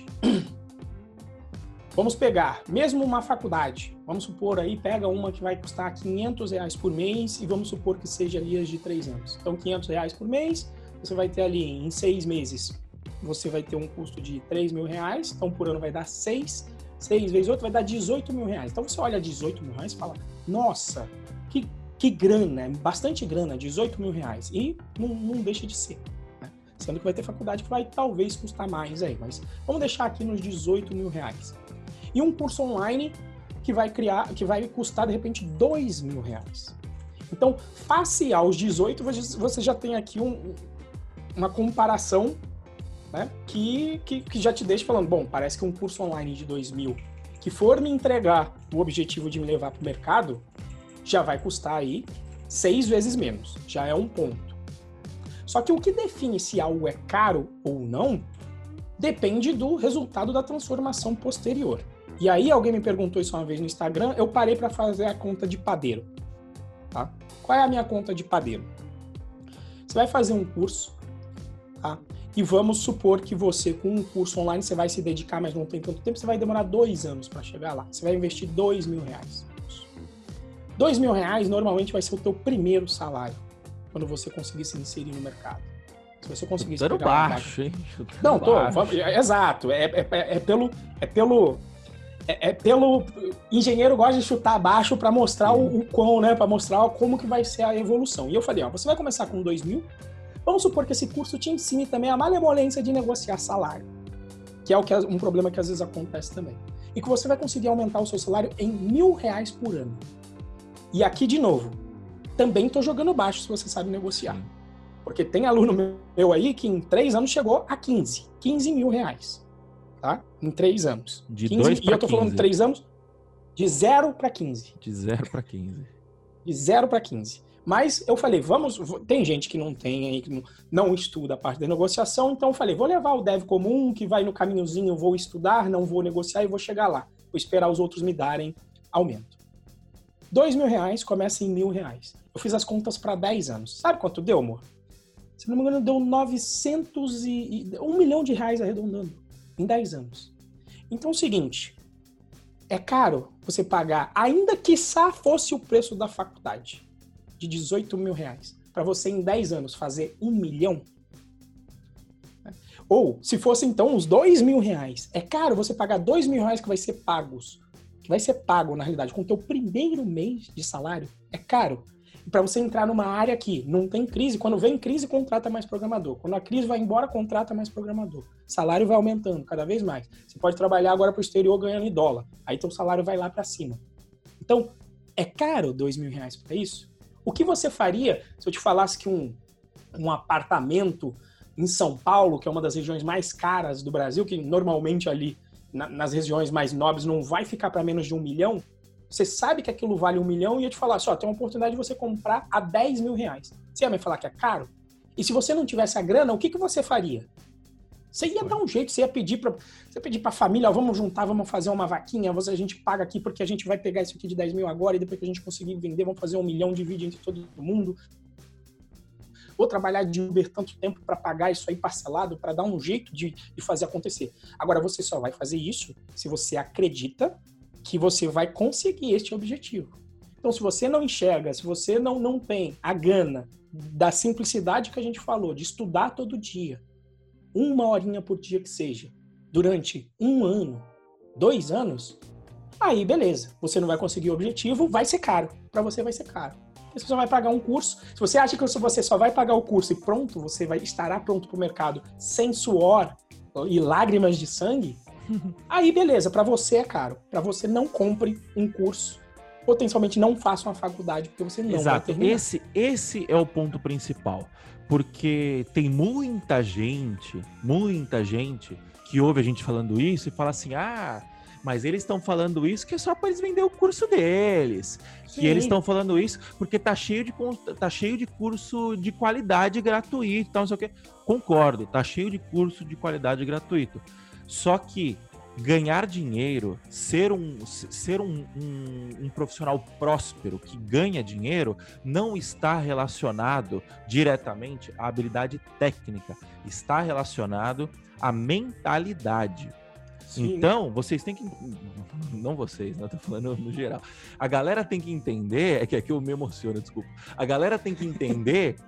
vamos pegar, mesmo uma faculdade, vamos supor aí, pega uma que vai custar R$500 por mês e vamos supor que seja ali de 3 anos. Então, R$500 por mês, você vai ter ali em 6 meses, você vai ter um custo de R$3.000, então por ano vai dar 6 vezes 8 vai dar R$18.000. Então você olha R$18.000 e fala, nossa, que grana, é bastante grana, R$18.000. E não deixa de ser. Né? Sendo que vai ter faculdade que vai talvez custar mais aí, mas vamos deixar aqui nos R$18.000. E um curso online que vai custar de repente R$2.000. Então, face aos 18, você já tem aqui uma comparação, né, que já te deixa falando, bom, parece que um curso online de 2.000 que for me entregar o objetivo de me levar para o mercado, já vai custar aí 6 vezes menos, já é um ponto. Só que o que define se algo é caro ou não, depende do resultado da transformação posterior. E aí alguém me perguntou isso uma vez no Instagram, eu parei para fazer a conta de padeiro. Tá? Qual é a minha conta de padeiro? Você vai fazer um curso, tá? E vamos supor que você, com um curso online, você vai se dedicar, mas não tem tanto tempo, você vai demorar 2 anos para chegar lá. Você vai investir R$2.000. R$2.000 normalmente vai ser o teu primeiro salário, quando você conseguir se inserir no mercado. Se você conseguir Chutando baixo, hein? Não, exato. Pelo engenheiro gosta de chutar baixo para mostrar o quão, né? Para mostrar como que vai ser a evolução. E eu falei, ó, você vai começar com 2.000. Vamos supor que esse curso te ensine também a malemolência de negociar salário, que é um problema que às vezes acontece também. E que você vai conseguir aumentar o seu salário em R$1.000 por ano. E aqui, de novo, também estou jogando baixo se você sabe negociar. Porque tem aluno meu aí que em 3 anos chegou a R$15.000. Tá? Em 3 anos. De 2 para 15. E eu tô falando de 3 anos, de 0 para 15. De 0 para 15. De 0 para 15. Mas eu falei, tem gente que não tem aí, que não estuda a parte da negociação, então eu falei, vou levar o dev comum, que vai no caminhozinho, vou estudar, não vou negociar e vou chegar lá. Vou esperar os outros me darem aumento. R$2.000 começa em R$1.000. Eu fiz as contas para 10 anos. Sabe quanto deu, amor? Se não me engano, deu 1 milhão de reais arredondando em 10 anos. Então é o seguinte, é caro você pagar, ainda que fosse o preço da faculdade, de R$18.000, para você em 10 anos fazer 1 milhão? Ou, se fosse então uns R$2.000, é caro você pagar R$2.000 que vai ser pago, na realidade, com o teu primeiro mês de salário? É caro. Para você entrar numa área que não tem crise, quando vem crise, contrata mais programador. Quando a crise vai embora, contrata mais programador. Salário vai aumentando cada vez mais. Você pode trabalhar agora para o exterior ganhando em dólar. Aí teu salário vai lá para cima. Então, é caro R$2.000 para isso? O que você faria se eu te falasse que um apartamento em São Paulo, que é uma das regiões mais caras do Brasil, que normalmente ali nas regiões mais nobres não vai ficar para menos de 1 milhão, você sabe que aquilo vale 1 milhão e ia te falar, só tem uma oportunidade de você comprar a R$10.000. Você ia me falar que é caro? E se você não tivesse a grana, o que você faria? Você ia dar um jeito, você ia pedir para a família, ó, vamos juntar, vamos fazer uma vaquinha, a gente paga aqui porque a gente vai pegar isso aqui de 10.000 agora e depois que a gente conseguir vender, vamos fazer 1 milhão, divide entre todo mundo. Vou trabalhar de Uber tanto tempo para pagar isso aí parcelado, para dar um jeito de fazer acontecer. Agora, você só vai fazer isso se você acredita que você vai conseguir este objetivo. Então, se você não enxerga, se você não tem a gana da simplicidade que a gente falou, de estudar todo dia, 1 horinha por dia que seja, durante 1 ano, 2 anos, aí beleza, você não vai conseguir o objetivo, vai ser caro. Para você vai ser caro. você só vai pagar um curso. Se você acha que você só vai pagar o curso e pronto, você estará pronto para o mercado sem suor e lágrimas de sangue, aí beleza, para você é caro. Para você, não compre um curso. Potencialmente não faça uma faculdade, porque você não vai terminar. Esse é o ponto principal. Porque tem muita gente que ouve a gente falando isso e fala assim, mas eles estão falando isso que é só para eles vender o curso deles. Sim. Que eles estão falando isso porque tá cheio de curso de qualidade gratuito, então não sei o quê. Concordo, tá cheio de curso de qualidade gratuito. Só que ganhar dinheiro, ser um profissional próspero que ganha dinheiro, não está relacionado diretamente à habilidade técnica, está relacionado à mentalidade. Sim. Então, vocês têm que... Não vocês, né? Eu tô falando no geral. A galera tem que entender... É que aqui eu me emociono, desculpa. A galera tem que entender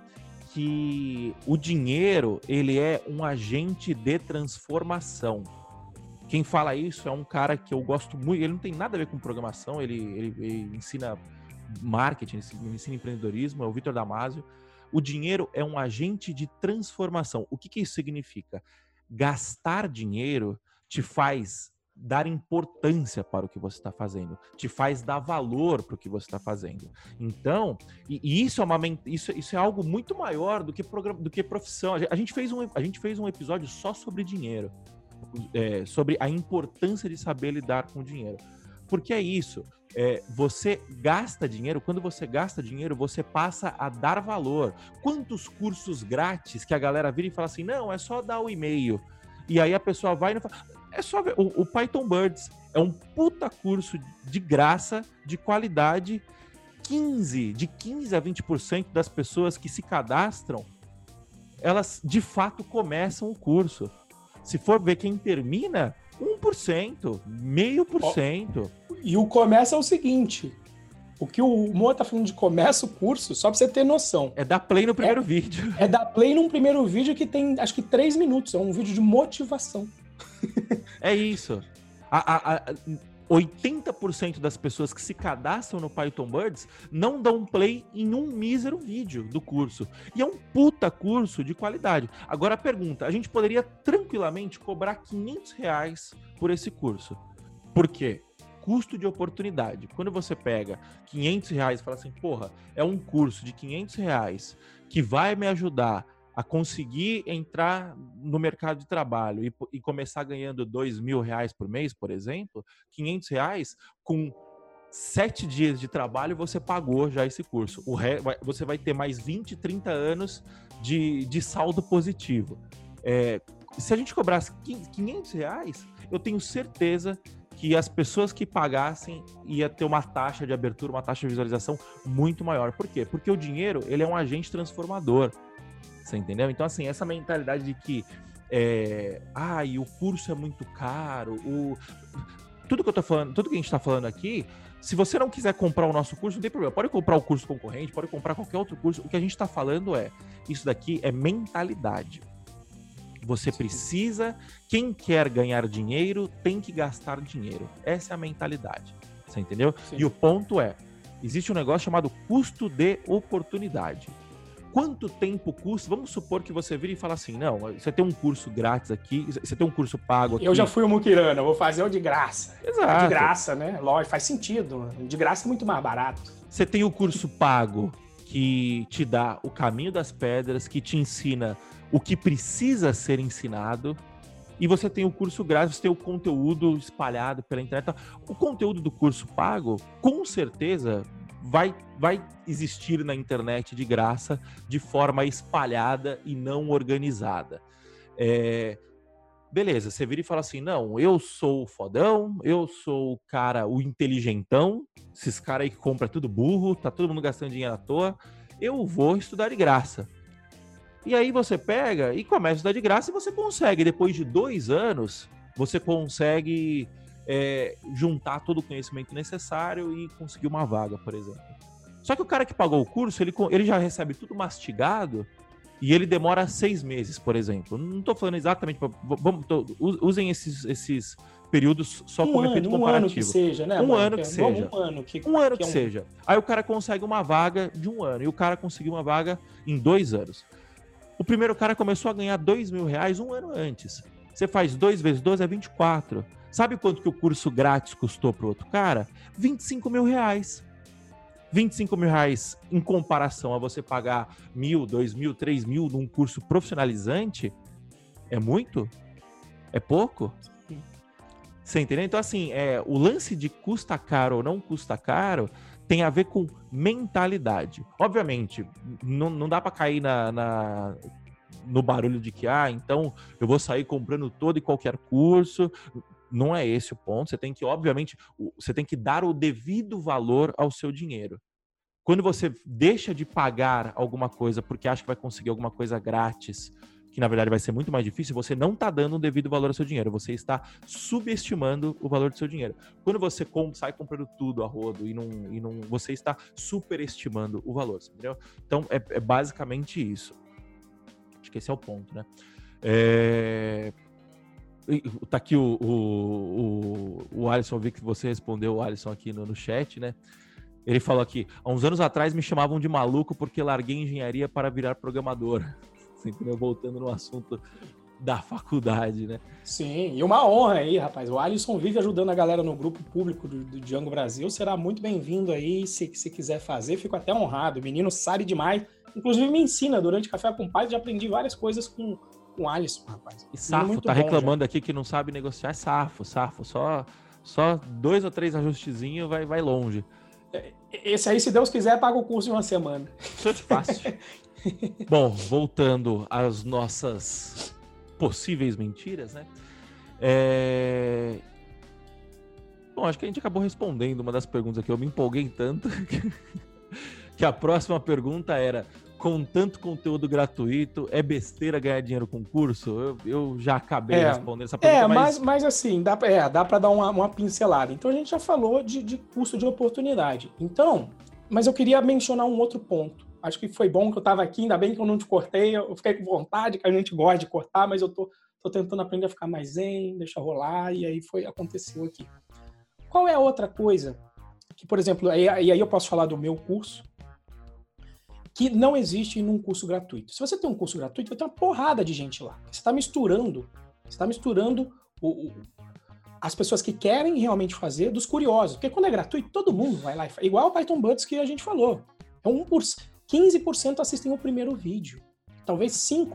que o dinheiro, ele é um agente de transformação. Quem fala isso é um cara que eu gosto muito. Ele não tem nada a ver com programação, ele ensina marketing, ele ensina empreendedorismo, é o Vitor Damasio. O dinheiro é um agente de transformação. O que isso significa? Gastar dinheiro te faz dar importância para o que você está fazendo, te faz dar valor para o que você está fazendo. Então, isso é algo muito maior do que profissão. A gente fez um episódio só sobre dinheiro. Sobre a importância de saber lidar com o dinheiro. Porque é isso, você gasta dinheiro, quando você gasta dinheiro, você passa a dar valor. Quantos cursos grátis que a galera vira e fala assim, não, é só dar o e-mail. E aí a pessoa vai e não fala, é só ver, o Python Birds é um puta curso de graça, de qualidade, de 15 a 20% das pessoas que se cadastram, elas de fato começam o curso. Se for ver quem termina, 1%, 0,5%. E o começo é o seguinte, o que o Moa tá falando de começa o curso, só pra você ter noção. É dar play no primeiro vídeo. É dar play num primeiro vídeo que tem, acho que 3 minutos, é um vídeo de motivação. É isso. 80% das pessoas que se cadastram no Python Birds não dão play em um mísero vídeo do curso. E é um puta curso de qualidade. Agora a pergunta, a gente poderia tranquilamente cobrar R$500 por esse curso. Por quê? Custo de oportunidade. Quando você pega R$500 e fala assim, porra, é um curso de R$500 que vai me ajudar a conseguir entrar no mercado de trabalho e começar ganhando R$2.000 por mês, por exemplo, R$500, com 7 dias de trabalho você pagou já esse curso. Você vai ter mais 20, 30 anos de saldo positivo. Se a gente cobrasse R$500, eu tenho certeza que as pessoas que pagassem ia ter uma taxa de abertura, uma taxa de visualização muito maior. Por quê? Porque o dinheiro, ele é um agente transformador. Você entendeu? Então, assim, essa mentalidade de que o curso é muito caro, tudo que eu tô falando, tudo que a gente tá falando aqui, se você não quiser comprar o nosso curso, não tem problema. Pode comprar o curso concorrente, pode comprar qualquer outro curso. O que a gente tá falando isso daqui é mentalidade. Você precisa, quem quer ganhar dinheiro, tem que gastar dinheiro. Essa é a mentalidade. Você entendeu? Sim. E o ponto existe um negócio chamado custo de oportunidade. Quanto tempo custa? Vamos supor que você vira e fala assim, não, você tem um curso grátis aqui, você tem um curso pago aqui. Eu já fui o Muquirana, vou fazer o de graça. Exato. De graça, né? Lógico, faz sentido. De graça é muito mais barato. Você tem o curso pago que te dá o caminho das pedras, que te ensina o que precisa ser ensinado. E você tem o curso grátis, você tem o conteúdo espalhado pela internet. O conteúdo do curso pago, com certeza, vai existir na internet de graça, de forma espalhada e não organizada. Beleza, você vira e fala assim, não, eu sou o fodão, eu sou o cara, o inteligentão, esses caras aí que compram tudo burro, tá todo mundo gastando dinheiro à toa, eu vou estudar de graça. E aí você pega e começa a estudar de graça e você consegue, depois de 2 anos, você consegue juntar todo o conhecimento necessário e conseguir uma vaga, por exemplo. Só que o cara que pagou o curso, ele já recebe tudo mastigado e ele demora 6 meses, por exemplo. Não estou falando exatamente... Usem esses períodos só como efeito comparativo. Um ano que seja, né? Um ano que seja. Um ano que seja. Aí o cara consegue uma vaga de 1 ano e o cara conseguiu uma vaga em 2 anos. O primeiro cara começou a ganhar R$2.000 um ano antes. Você faz 2 vezes 2 é 24. Sabe quanto que o curso grátis custou pro outro cara? R$25.000. R$25.000 em comparação a você pagar 1.000, 2.000, 3.000 num curso profissionalizante, é muito? É pouco? Você entendeu? Então, assim, o lance de custa caro ou não custa caro tem a ver com mentalidade. Obviamente, não dá para cair no barulho de que, então eu vou sair comprando todo e qualquer curso. Não é esse o ponto. Você tem que, obviamente, você tem que dar o devido valor ao seu dinheiro. Quando você deixa de pagar alguma coisa porque acha que vai conseguir alguma coisa grátis, que na verdade vai ser muito mais difícil, você não está dando o devido valor ao seu dinheiro, você está subestimando o valor do seu dinheiro. Quando você sai comprando tudo a rodo e não você está superestimando o valor, entendeu? Então é basicamente isso. Acho que esse é o ponto, né? Tá aqui o Alisson, eu vi que você respondeu o Alisson aqui no chat, né? Ele falou aqui, há uns anos atrás me chamavam de maluco porque larguei engenharia para virar programador. Entendeu? Voltando no assunto da faculdade, né? Sim, e uma honra aí, rapaz. O Alisson vive ajudando a galera no grupo público do Django Brasil. Será muito bem-vindo aí, se quiser fazer. Fico até honrado. O menino sabe demais. Inclusive me ensina durante Café com Pai. Já aprendi várias coisas com o Alisson, rapaz. E Safo, tá reclamando aqui que não sabe negociar. É Safo. Só 2 ou 3 ajustezinhos vai longe. Esse aí, se Deus quiser, paga o curso em uma semana. Fácil. Bom, voltando às nossas possíveis mentiras, né? Bom, acho que a gente acabou respondendo uma das perguntas aqui. Eu me empolguei tanto que a próxima pergunta era: com tanto conteúdo gratuito, é besteira ganhar dinheiro com curso? Eu já acabei respondendo essa pergunta. Mas assim, dá para dar uma pincelada. Então a gente já falou de custo de oportunidade. Então, mas eu queria mencionar um outro ponto. Acho que foi bom que eu estava aqui, ainda bem que eu não te cortei, eu fiquei com vontade, que a gente gosta de cortar, mas eu tô tentando aprender a ficar mais zen, deixa rolar, e aí aconteceu aqui. Qual é a outra coisa que, por exemplo, e aí eu posso falar do meu curso, que não existe num curso gratuito. Se você tem um curso gratuito, vai ter uma porrada de gente lá. Você está misturando as pessoas que querem realmente fazer dos curiosos. Porque quando é gratuito, todo mundo vai lá e faz. Igual o Python Buds que a gente falou. 15% assistem o primeiro vídeo. Talvez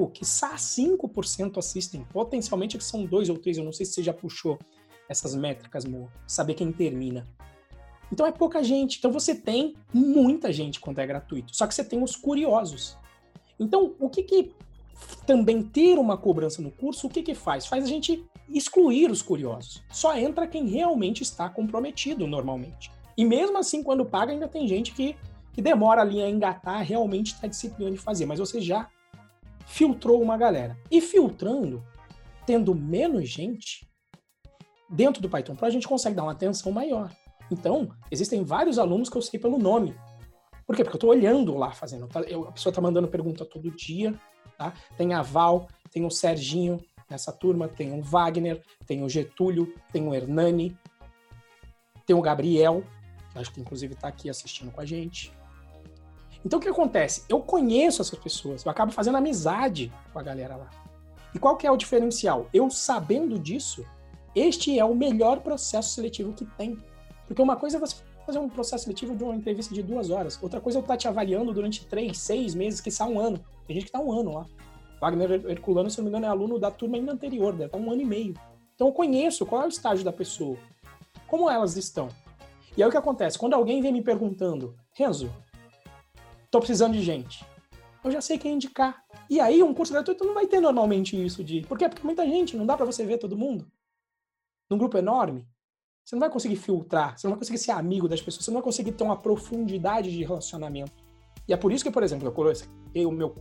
5% assistem. Potencialmente que são 2 ou 3. Eu não sei se você já puxou essas métricas, amor. Saber quem termina. Então é pouca gente. Então você tem muita gente quando é gratuito. Só que você tem os curiosos. Então, o que também ter uma cobrança no curso, o que faz? Faz a gente excluir os curiosos. Só entra quem realmente está comprometido normalmente. E mesmo assim, quando paga, ainda tem gente que demora ali a engatar, realmente está disciplinando de fazer. Mas você já filtrou uma galera. E filtrando, tendo menos gente, dentro do Python Pro, a gente consegue dar uma atenção maior. Então, existem vários alunos que eu sei pelo nome. Por quê? Porque eu estou olhando lá, fazendo. A pessoa está mandando pergunta todo dia. Tá? Tem a Val, tem o Serginho nessa turma, tem o Wagner, tem o Getúlio, tem o Hernani, tem o Gabriel, que acho que inclusive está aqui assistindo com a gente. Então, o que acontece? Eu conheço essas pessoas, eu acabo fazendo amizade com a galera lá. E qual que é o diferencial? Eu sabendo disso, este é o melhor processo seletivo que tem. Porque uma coisa é você fazer um processo seletivo de uma entrevista de 2 horas. Outra coisa é eu estar te avaliando durante 3, 6 meses, que está 1 ano. Tem gente que está 1 ano lá. Wagner Herculano, se não me engano, é aluno da turma ainda anterior, deve estar 1 ano e meio. Então eu conheço qual é o estágio da pessoa, como elas estão. E aí o que acontece? Quando alguém vem me perguntando, Renzo, estou precisando de gente, eu já sei quem indicar. E aí um curso gratuito não vai ter normalmente isso de... Por quê? Porque muita gente, não dá para você ver todo mundo. Num grupo enorme, você não vai conseguir filtrar, você não vai conseguir ser amigo das pessoas, você não vai conseguir ter uma profundidade de relacionamento. E é por isso que, por exemplo, eu coloquei o meu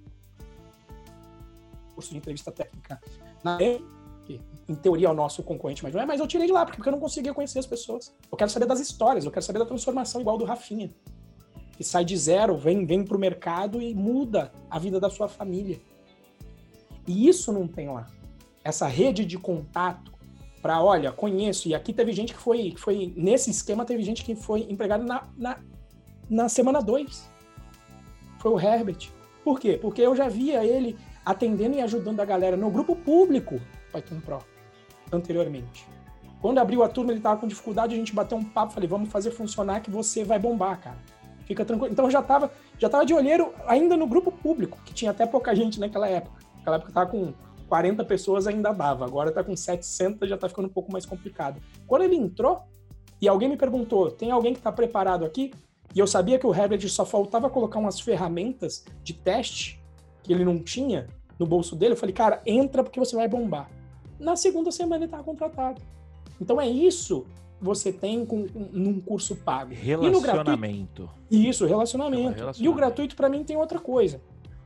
curso de entrevista técnica na que em teoria é o nosso concorrente, mas não é, mas eu tirei de lá, porque eu não conseguia conhecer as pessoas. Eu quero saber das histórias, eu quero saber da transformação igual do Rafinha, que sai de zero, vem pro mercado e muda a vida da sua família. E isso não tem lá. Essa rede de contato, olha, conheço, e aqui teve gente que foi nesse esquema, teve gente que foi empregado na semana 2. Foi o Herbert. Por quê? Porque eu já via ele atendendo e ajudando a galera no grupo público Python Pro, anteriormente. Quando abriu a turma, ele estava com dificuldade, a gente bateu um papo, falei, vamos fazer funcionar que você vai bombar, cara. Fica tranquilo. Então eu já tava de olheiro ainda no grupo público, que tinha até pouca gente naquela época. Naquela época tava com 40 pessoas, ainda dava. Agora tá com 700, já tá ficando um pouco mais complicado. Quando ele entrou, e alguém me perguntou, tem alguém que tá preparado aqui? E eu sabia que o Herbert só faltava colocar umas ferramentas de teste que ele não tinha no bolso dele. Eu falei, cara, entra porque você vai bombar. Na segunda semana ele tava contratado. Então é isso que você tem num curso pago. Relacionamento. Isso, relacionamento. E o gratuito, para mim, tem outra coisa.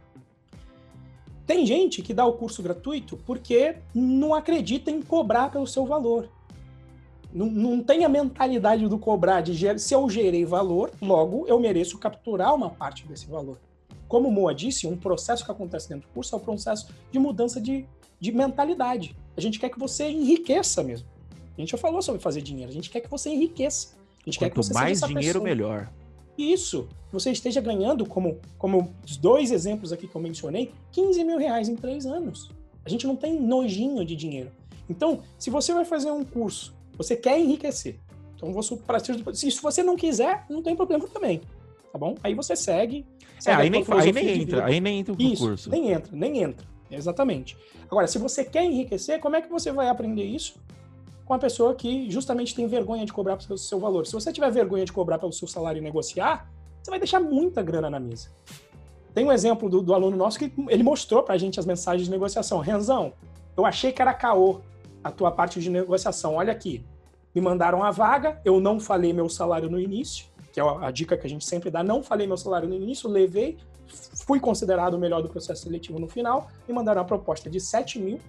Tem gente que dá o curso gratuito porque não acredita em cobrar pelo seu valor. Não tem a mentalidade do cobrar, se eu gerei valor, logo eu mereço capturar uma parte desse valor. Como o Moa disse, um processo que acontece dentro do curso é o processo de mudança de mentalidade. A gente quer que você enriqueça mesmo. A gente já falou sobre fazer dinheiro, a gente quer que você enriqueça. A gente quer que você mais seja essa dinheiro, pessoa. Melhor. Isso. Você esteja ganhando, como os 2 exemplos aqui que eu mencionei, 15 mil reais em 3 anos. A gente não tem nojinho de dinheiro. Então, se você vai fazer um curso, você quer enriquecer. Então, se você não quiser, não tem problema também. Tá bom? Aí você segue. Aí nem entra o curso. Nem entra. Exatamente. Agora, se você quer enriquecer, como é que você vai aprender isso? Com a pessoa que justamente tem vergonha de cobrar pelo seu valor. Se você tiver vergonha de cobrar pelo seu salário e negociar, você vai deixar muita grana na mesa. Tem um exemplo do aluno nosso que ele mostrou pra gente as mensagens de negociação. Renzão, eu achei que era caô a tua parte de negociação. Olha aqui, me mandaram a vaga, eu não falei meu salário no início, que é a dica que a gente sempre dá, não falei meu salário no início, levei, fui considerado o melhor do processo seletivo no final, me mandaram uma proposta de 7 mil,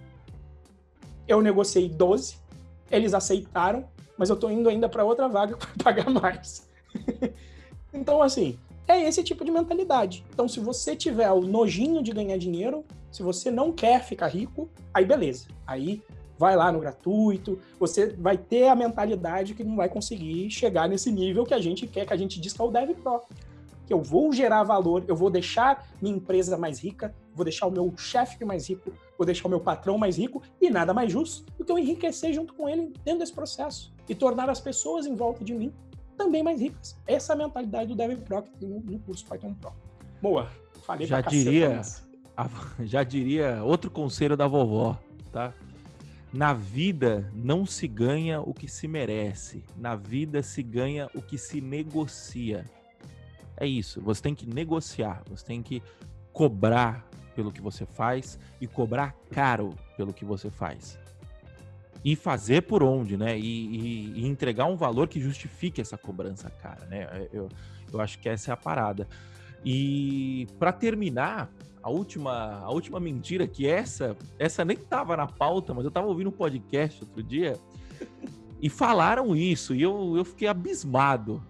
eu negociei 12, eles aceitaram, mas eu tô indo ainda para outra vaga para pagar mais. Então, assim, é esse tipo de mentalidade. Então, se você tiver o nojinho de ganhar dinheiro, se você não quer ficar rico, aí beleza. Aí vai lá no gratuito, você vai ter a mentalidade que não vai conseguir chegar nesse nível que a gente quer, que a gente diz que é o Dev Pro. Que eu vou gerar valor, eu vou deixar minha empresa mais rica, vou deixar o meu chefe mais rico, vou deixar o meu patrão mais rico, e nada mais justo do que eu enriquecer junto com ele dentro desse processo e tornar as pessoas em volta de mim também mais ricas. Essa é a mentalidade do Dev Pro que tem no curso Python Pro. Boa, falei pra caceta. Já diria outro conselho da vovó, tá? Na vida não se ganha o que se merece, na vida se ganha o que se negocia. É isso, você tem que negociar, você tem que cobrar pelo que você faz e cobrar caro pelo que você faz. E fazer por onde, né? E entregar um valor que justifique essa cobrança cara, né? Eu acho que essa é a parada. E para terminar, a última mentira, que essa nem tava na pauta, mas eu tava ouvindo um podcast outro dia e falaram isso, e eu fiquei abismado.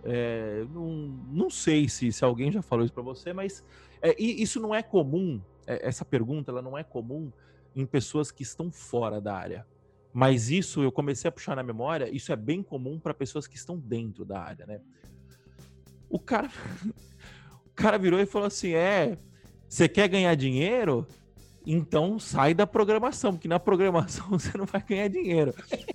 Não sei se alguém já falou isso para você, mas isso não é comum, essa pergunta ela não é comum em pessoas que estão fora da área. Mas isso, eu comecei a puxar na memória, isso é bem comum para pessoas que estão dentro da área, né? O cara virou e falou assim, você quer ganhar dinheiro? Então sai da programação, porque na programação você não vai ganhar dinheiro.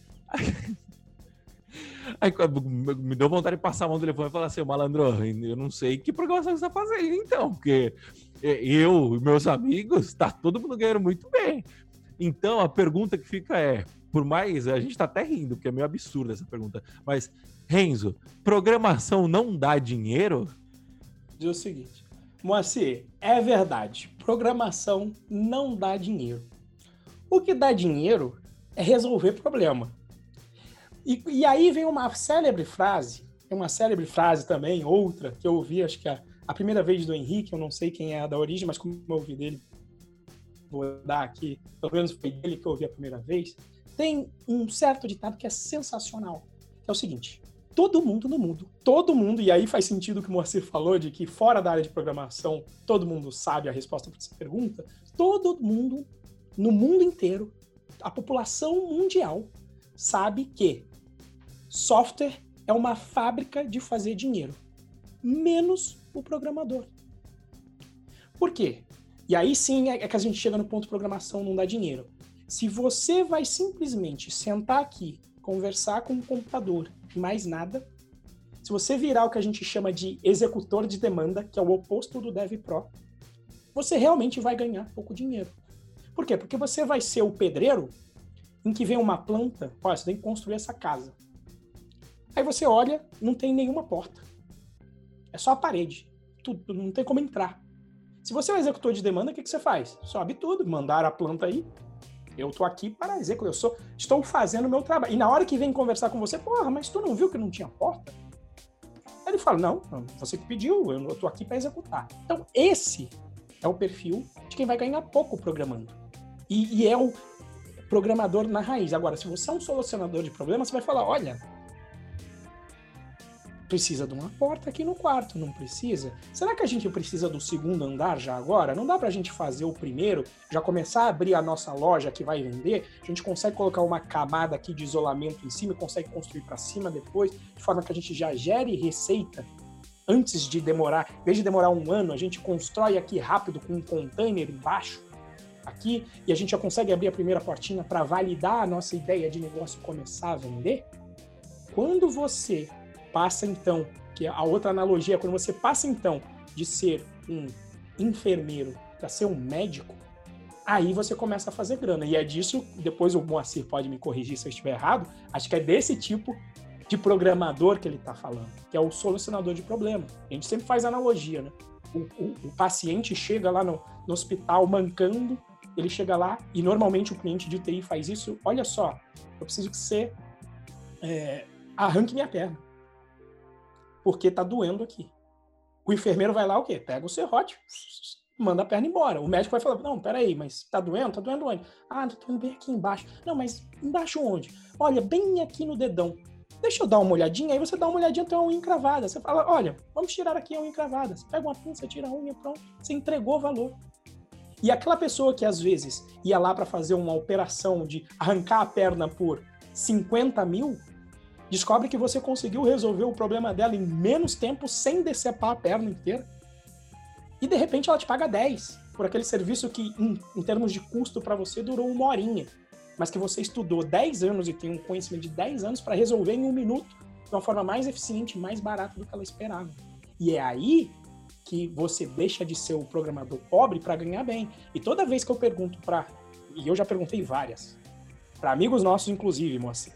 Aí me deu vontade de passar a mão do telefone e falar assim, malandro, eu não sei que programação você está fazendo então, porque eu e meus amigos, tá todo mundo ganhando muito bem. Então a pergunta que fica por mais, a gente tá até rindo, porque é meio absurda essa pergunta, mas Renzo, programação não dá dinheiro? Diz o seguinte, Moacir, é verdade, programação não dá dinheiro. O que dá dinheiro é resolver problema. E aí vem uma célebre frase também, outra, que eu ouvi, acho que a primeira vez do Henrique, eu não sei quem é a da origem, mas como eu ouvi dele, vou dar aqui, pelo menos foi dele que eu ouvi a primeira vez, tem um certo ditado que é sensacional, que é o seguinte, todo mundo no mundo, e aí faz sentido o que o Moacir falou, de que fora da área de programação, todo mundo sabe a resposta para essa pergunta, todo mundo, no mundo inteiro, a população mundial, sabe que software é uma fábrica de fazer dinheiro, menos o programador. Por quê? E aí sim é que a gente chega no ponto programação não dá dinheiro. Se você vai simplesmente sentar aqui, conversar com o computador e mais nada, se você virar o que a gente chama de executor de demanda, que é o oposto do Dev Pro, você realmente vai ganhar pouco dinheiro. Por quê? Porque você vai ser o pedreiro em que vem uma planta, olha, você tem que construir essa casa. Aí você olha, não tem nenhuma porta. É só a parede. Tudo, não tem como entrar. Se você é um executor de demanda, o que você faz? Sobe tudo, mandaram a planta aí. Eu tô aqui para executar, estou fazendo o meu trabalho. E na hora que vem conversar com você, porra, mas tu não viu que não tinha porta? Aí ele fala, não, você que pediu, eu tô aqui para executar. Então esse é o perfil de quem vai ganhar pouco programando. E é o programador na raiz. Agora, se você é um solucionador de problemas, você vai falar, olha, precisa de uma porta aqui no quarto, não precisa? Será que a gente precisa do segundo andar já agora? Não dá pra gente fazer o primeiro, já começar a abrir a nossa loja que vai vender? A gente consegue colocar uma camada aqui de isolamento em cima e consegue construir para cima depois, de forma que a gente já gere receita antes de demorar. Em vez de demorar 1 ano, a gente constrói aqui rápido com um container embaixo, aqui, e a gente já consegue abrir a primeira portinha para validar a nossa ideia de negócio e começar a vender. Quando você passa então, que a outra analogia, quando você passa então de ser um enfermeiro para ser um médico, aí você começa a fazer grana. E é disso, depois o Moacir pode me corrigir se eu estiver errado, acho que é desse tipo de programador que ele está falando, que é o solucionador de problema. A gente sempre faz analogia, né? O paciente chega lá no hospital mancando, ele chega lá e normalmente o cliente de TI faz isso, olha só, eu preciso que você arranque minha perna, porque tá doendo aqui. O enfermeiro vai lá, o quê? Pega o serrote, manda a perna embora. O médico vai falar, não, peraí, mas tá doendo? Tá doendo onde? Ah, tá doendo bem aqui embaixo. Não, mas embaixo onde? Olha, bem aqui no dedão. Deixa eu dar uma olhadinha, aí você dá uma olhadinha, tem uma unha encravada. Você fala, olha, vamos tirar aqui a unha encravada. Você pega uma pinça, tira a unha, pronto. Você entregou valor. E aquela pessoa que às vezes ia lá para fazer uma operação de arrancar a perna por 50 mil, descobre que você conseguiu resolver o problema dela em menos tempo, sem decepar a perna inteira. E de repente ela te paga 10 por aquele serviço que, em termos de custo para você, durou 1 horinha. Mas que você estudou 10 anos e tem um conhecimento de 10 anos para resolver em 1 minuto, de uma forma mais eficiente, mais barata do que ela esperava. E é aí que você deixa de ser o programador pobre para ganhar bem. E toda vez que eu pergunto e eu já perguntei várias, para amigos nossos inclusive, Moacir,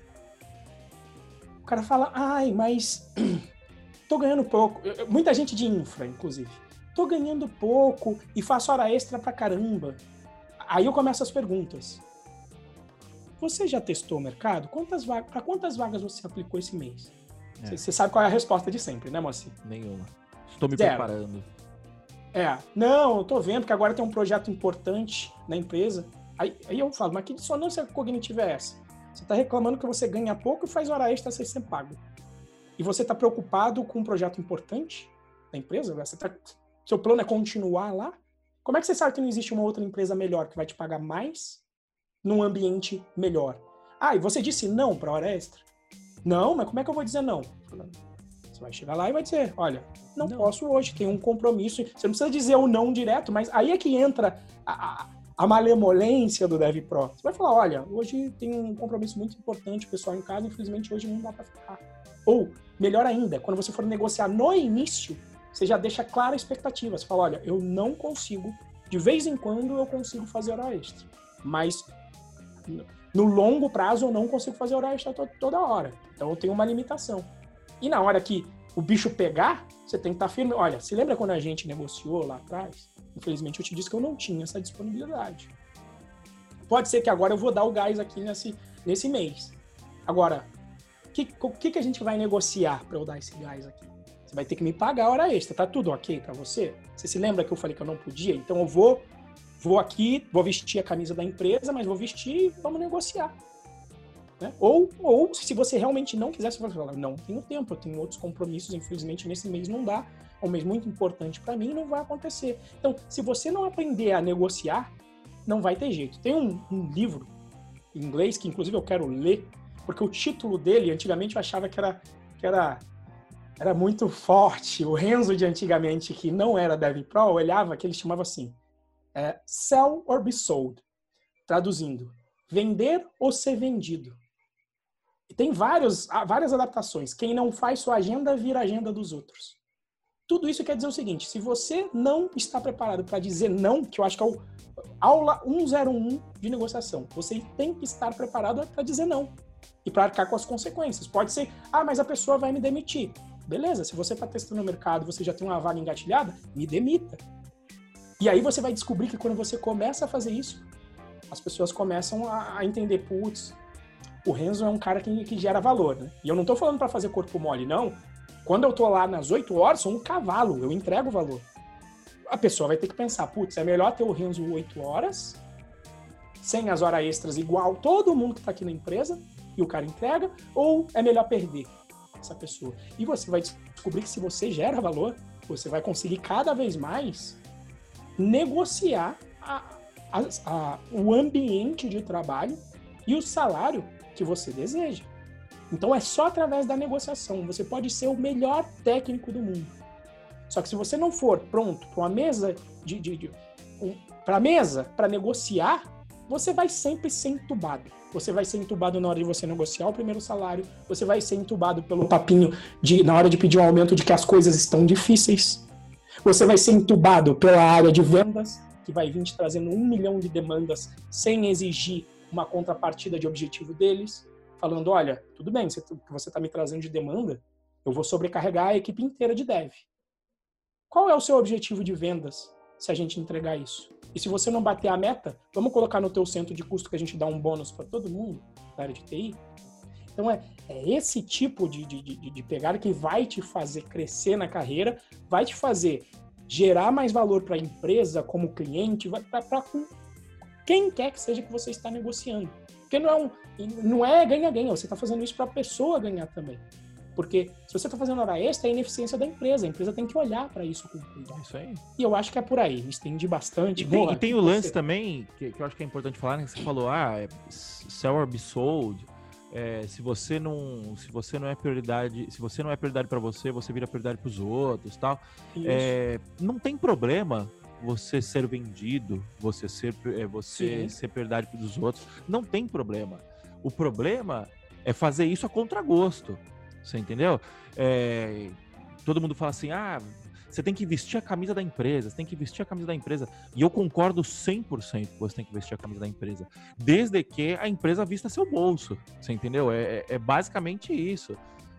o cara fala, ai, mas tô ganhando pouco. Muita gente de infra, inclusive. Tô ganhando pouco e faço hora extra pra caramba. Aí eu começo as perguntas. Você já testou o mercado? Para quantas vagas você aplicou esse mês? Você sabe qual é a resposta de sempre, né, Moacir? Nenhuma. Estou me 0. preparando. Não, eu tô vendo que agora tem um projeto importante na empresa. Aí eu falo, mas que dissonância cognitiva é essa? Você está reclamando que você ganha pouco e faz hora extra sem ser pago. E você está preocupado com um projeto importante da empresa? Seu plano é continuar lá? Como é que você sabe que não existe uma outra empresa melhor que vai te pagar mais num ambiente melhor? Ah, e você disse não para hora extra? Não, mas como é que eu vou dizer não? Você vai chegar lá e vai dizer, olha, não posso hoje, tem um compromisso. Você não precisa dizer o não direto, mas aí é que entra a malemolência do Dev Pro. Você vai falar, olha, hoje tem um compromisso muito importante, o pessoal em casa, infelizmente hoje não dá para ficar. Ou, melhor ainda, quando você for negociar no início, você já deixa clara a expectativa. Você fala, olha, eu não consigo, de vez em quando eu consigo fazer hora extra, mas no longo prazo eu não consigo fazer hora extra toda hora. Então eu tenho uma limitação. E na hora que o bicho pegar, você tem que estar firme. Olha, se lembra quando a gente negociou lá atrás? Infelizmente eu te disse que eu não tinha essa disponibilidade. Pode ser que agora eu vou dar o gás aqui nesse mês. Agora, o que a gente vai negociar para eu dar esse gás aqui? Você vai ter que me pagar a hora extra. Tá tudo ok para você? Você se lembra que eu falei que eu não podia? Então eu vou aqui, vou vestir a camisa da empresa, mas vou vestir e vamos negociar. Né? Ou se você realmente não quiser, você vai falar, não tenho tempo, eu tenho outros compromissos, infelizmente nesse mês não dá, é um mês muito importante para mim e não vai acontecer. Então, se você não aprender a negociar, não vai ter jeito. Tem um livro em inglês que inclusive eu quero ler, porque o título dele, antigamente eu achava que era muito forte. O Renzo de antigamente, que não era DevPro, eu olhava que ele chamava assim, Sell or be sold. Traduzindo, vender ou ser vendido. E tem várias adaptações. Quem não faz sua agenda, vira a agenda dos outros. Tudo isso quer dizer o seguinte, se você não está preparado para dizer não, que eu acho que é o aula 101 de negociação, você tem que estar preparado para dizer não e para arcar com as consequências. Pode ser, mas a pessoa vai me demitir. Beleza, se você está testando o mercado, você já tem uma vaga engatilhada, me demita. E aí você vai descobrir que quando você começa a fazer isso, as pessoas começam a entender, putz, o Renzo é um cara que gera valor, né? E eu não estou falando para fazer corpo mole, não. Quando eu tô lá nas 8 horas, sou um cavalo, eu entrego valor. A pessoa vai ter que pensar, putz, é melhor ter o Renzo 8 horas, sem as horas extras igual todo mundo que tá aqui na empresa, e o cara entrega, ou é melhor perder essa pessoa? E você vai descobrir que se você gera valor, você vai conseguir cada vez mais negociar o ambiente de trabalho e o salário que você deseja. Então é só através da negociação. Você pode ser o melhor técnico do mundo. Só que se você não for pronto para uma mesa para negociar, você vai sempre ser entubado. Você vai ser entubado na hora de você negociar o primeiro salário, você vai ser entubado pelo papinho na hora de pedir um aumento de que as coisas estão difíceis. Você vai ser entubado pela área de vendas, que vai vir te trazendo 1 milhão de demandas sem exigir uma contrapartida de objetivo deles. Falando, olha, tudo bem, o que você está me trazendo de demanda, eu vou sobrecarregar a equipe inteira de dev. Qual é o seu objetivo de vendas se a gente entregar isso? E se você não bater a meta, vamos colocar no teu centro de custo que a gente dá um bônus para todo mundo da área de TI? Então é esse tipo de pegada que vai te fazer crescer na carreira, vai te fazer gerar mais valor para a empresa como cliente, para quem quer que seja que você está negociando. Porque não é ganha-ganha, você está fazendo isso para a pessoa ganhar também. Porque se você está fazendo hora extra, é a ineficiência da empresa. A empresa tem que olhar para isso com cuidado. Isso aí. E eu acho que é por aí. Me estendi bastante. E tem o lance também, que eu acho que é importante falar, né? Que você falou, sell or be sold. Se você não é prioridade, se você não é prioridade para você, você vira prioridade para os outros, tal. Não tem problema você ser vendido, você ser prioridade dos outros, não tem problema. O problema é fazer isso a contragosto, você entendeu? Todo mundo fala assim, você tem que vestir a camisa da empresa, e eu concordo 100% que você tem que vestir a camisa da empresa, desde que a empresa vista seu bolso, você entendeu? É basicamente isso.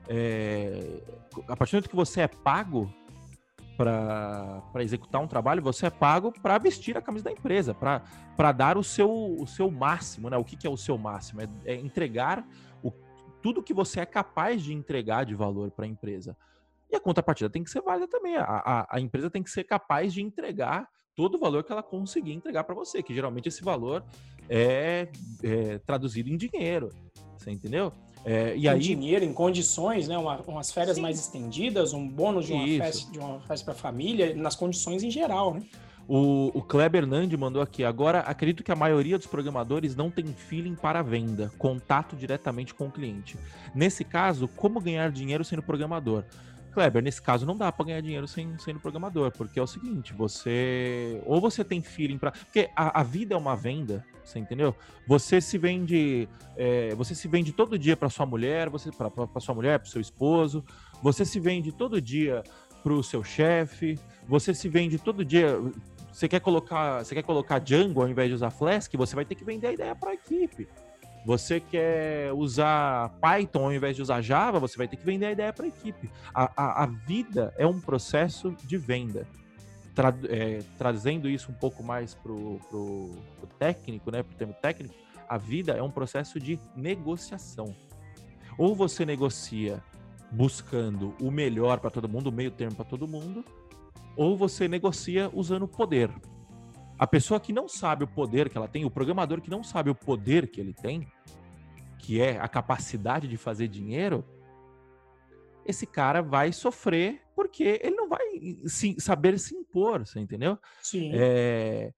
A partir do momento que você é pago para executar um trabalho, você é pago para vestir a camisa da empresa, para dar o seu máximo, né? O que é o seu máximo? É entregar tudo que você é capaz de entregar de valor para a empresa. E a contrapartida tem que ser válida também. A empresa tem que ser capaz de entregar todo o valor que ela conseguir entregar para você, que geralmente esse valor é traduzido em dinheiro, você entendeu? Dinheiro, em condições, né? Umas férias mais estendidas, um bônus de uma festa para a família, nas condições em geral, né? O Kleber Nandi mandou aqui, agora acredito que a maioria dos programadores não tem feeling para a venda, contato diretamente com o cliente. Nesse caso, como ganhar dinheiro sendo programador? Kleber, nesse caso não dá para ganhar dinheiro sendo programador, porque é o seguinte, ou você tem feeling para... Porque a vida é uma venda, você entendeu? Você se vende todo dia para sua mulher, para sua mulher, para o seu esposo, você se vende todo dia para o seu chefe, você se vende todo dia... Você quer colocar Django ao invés de usar Flask, você vai ter que vender a ideia para a equipe. Você quer usar Python ao invés de usar Java, você vai ter que vender a ideia para a equipe. A vida é um processo de venda. Trazendo isso um pouco mais pro técnico, né, pro termo técnico, a vida é um processo de negociação. Ou você negocia buscando o melhor para todo mundo, o meio termo para todo mundo, ou você negocia usando poder. A pessoa que não sabe o poder que ela tem, o programador que não sabe o poder que ele tem, que é a capacidade de fazer dinheiro, esse cara vai sofrer porque ele não vai saber se impor, você entendeu? Sim.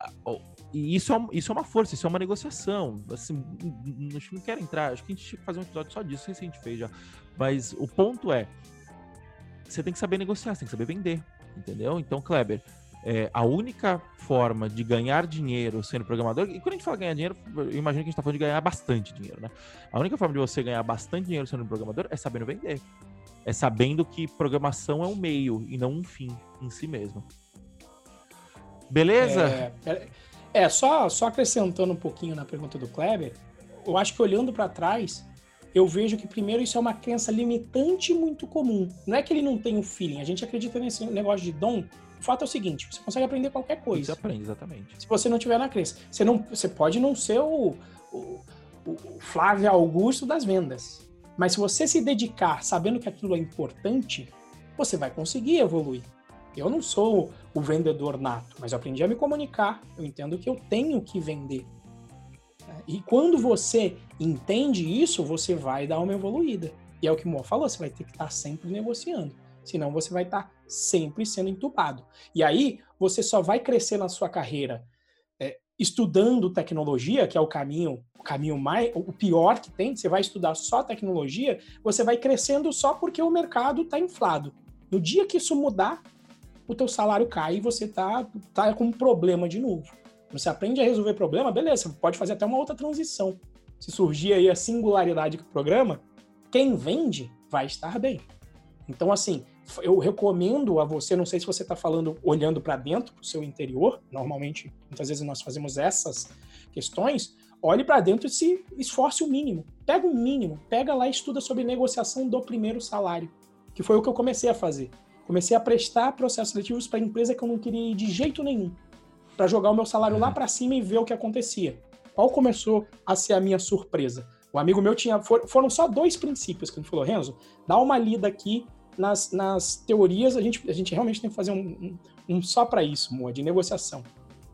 E isso é uma força, isso é uma negociação. Assim, não quero entrar, acho que a gente tinha que fazer um episódio só disso, não sei se a gente fez já. Mas o ponto é, você tem que saber negociar, você tem que saber vender, entendeu? Então, Kleber, a única forma de ganhar dinheiro sendo programador, e quando a gente fala ganhar dinheiro, eu imagino que a gente tá falando de ganhar bastante dinheiro, né? A única forma de você ganhar bastante dinheiro sendo programador é sabendo vender. É sabendo que programação é um meio e não um fim em si mesmo. Beleza? Só acrescentando um pouquinho na pergunta do Kleber, eu acho que olhando para trás, eu vejo que primeiro isso é uma crença limitante muito comum. Não é que ele não tem o feeling, a gente acredita nesse negócio de dom. O fato é o seguinte, você consegue aprender qualquer coisa. Você aprende, exatamente. Se você não tiver na crença. Você pode não ser o Flávio Augusto das vendas, mas se você se dedicar sabendo que aquilo é importante, você vai conseguir evoluir. Eu não sou o vendedor nato, mas eu aprendi a me comunicar, eu entendo que eu tenho que vender. E quando você entende isso, você vai dar uma evoluída. E é o que o Mo falou, você vai ter que estar sempre negociando. Senão você vai estar sempre sendo entubado. E aí, você só vai crescer na sua carreira estudando tecnologia, que é o caminho o pior que tem, você vai estudar só tecnologia, você vai crescendo só porque o mercado está inflado. No dia que isso mudar, o teu salário cai e você tá com um problema de novo. Você aprende a resolver problema, beleza, você pode fazer até uma outra transição. Se surgir aí a singularidade do programa, quem vende vai estar bem. Então, assim, eu recomendo a você, não sei se você está falando olhando para dentro, para o seu interior, normalmente, muitas vezes nós fazemos essas questões, olhe para dentro e se esforce o mínimo. Pega o mínimo, pega lá e estuda sobre negociação do primeiro salário, que foi o que eu comecei a fazer. Comecei a prestar processos seletivos para empresa que eu não queria ir de jeito nenhum, para jogar o meu salário lá para cima e ver o que acontecia. Qual começou a ser a minha surpresa? Um amigo meu foram só 2 princípios que ele falou, Renzo, dá uma lida aqui nas teorias, a gente realmente tem que fazer um só para isso, Moa, de negociação.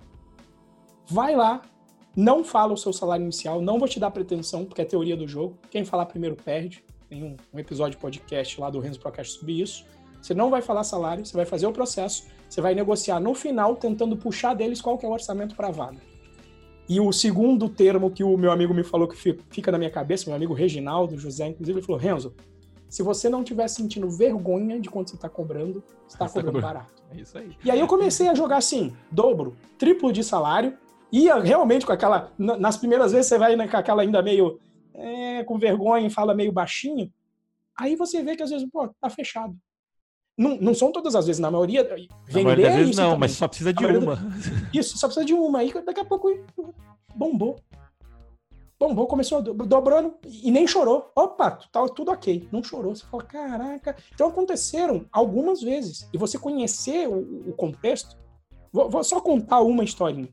Vai lá, não fala o seu salário inicial, não vou te dar pretensão, porque é teoria do jogo, quem falar primeiro perde, tem um episódio de podcast lá do Renzo Procast sobre isso. Você não vai falar salário, você vai fazer o processo, você vai negociar no final, tentando puxar deles qual que é o orçamento para a vaga. E o segundo termo que o meu amigo me falou que fica na minha cabeça, meu amigo Reginaldo, José, inclusive, ele falou, Renzo, se você não estiver sentindo vergonha de quanto você está cobrando, você está cobrando barato. É isso aí. E aí eu comecei a jogar assim, dobro, triplo de salário, ia realmente com aquela, nas primeiras vezes você vai com aquela ainda meio, com vergonha e fala meio baixinho, aí você vê que às vezes, tá fechado. Não são todas as vezes, na maioria, vender das vezes isso não, também. mas só precisa de uma. Isso, só precisa de uma. Aí daqui a pouco bombou. Bombou, começou dobrando e nem chorou. Opa, tá tudo ok. Não chorou. Você fala, caraca. Então aconteceram algumas vezes. E você conhecer o contexto, vou só contar uma historinha.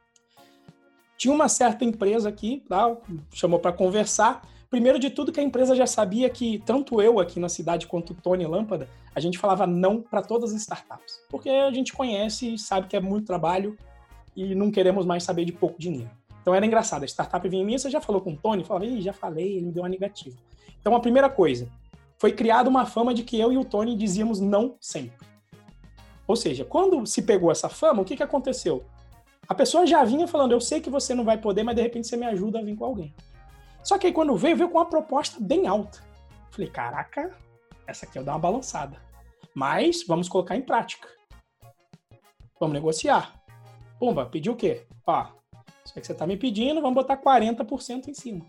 Tinha uma certa empresa aqui, tá? Chamou para conversar. Primeiro de tudo que a empresa já sabia que tanto eu aqui na cidade quanto o Tony Lâmpada, a gente falava não para todas as startups. Porque a gente conhece e sabe que é muito trabalho e não queremos mais saber de pouco dinheiro. Então era engraçado, a startup vinha em mim, você já falou com o Tony? Falava, já falei, ele me deu uma negativa. Então a primeira coisa, foi criada uma fama de que eu e o Tony dizíamos não sempre. Ou seja, quando se pegou essa fama, o que aconteceu? A pessoa já vinha falando, eu sei que você não vai poder, mas de repente você me ajuda a vir com alguém. Só que aí quando veio com uma proposta bem alta. Falei, caraca, essa aqui eu dar uma balançada. Mas vamos colocar em prática. Vamos negociar. Pumba, pediu o quê? Isso é que você tá me pedindo, vamos botar 40% em cima.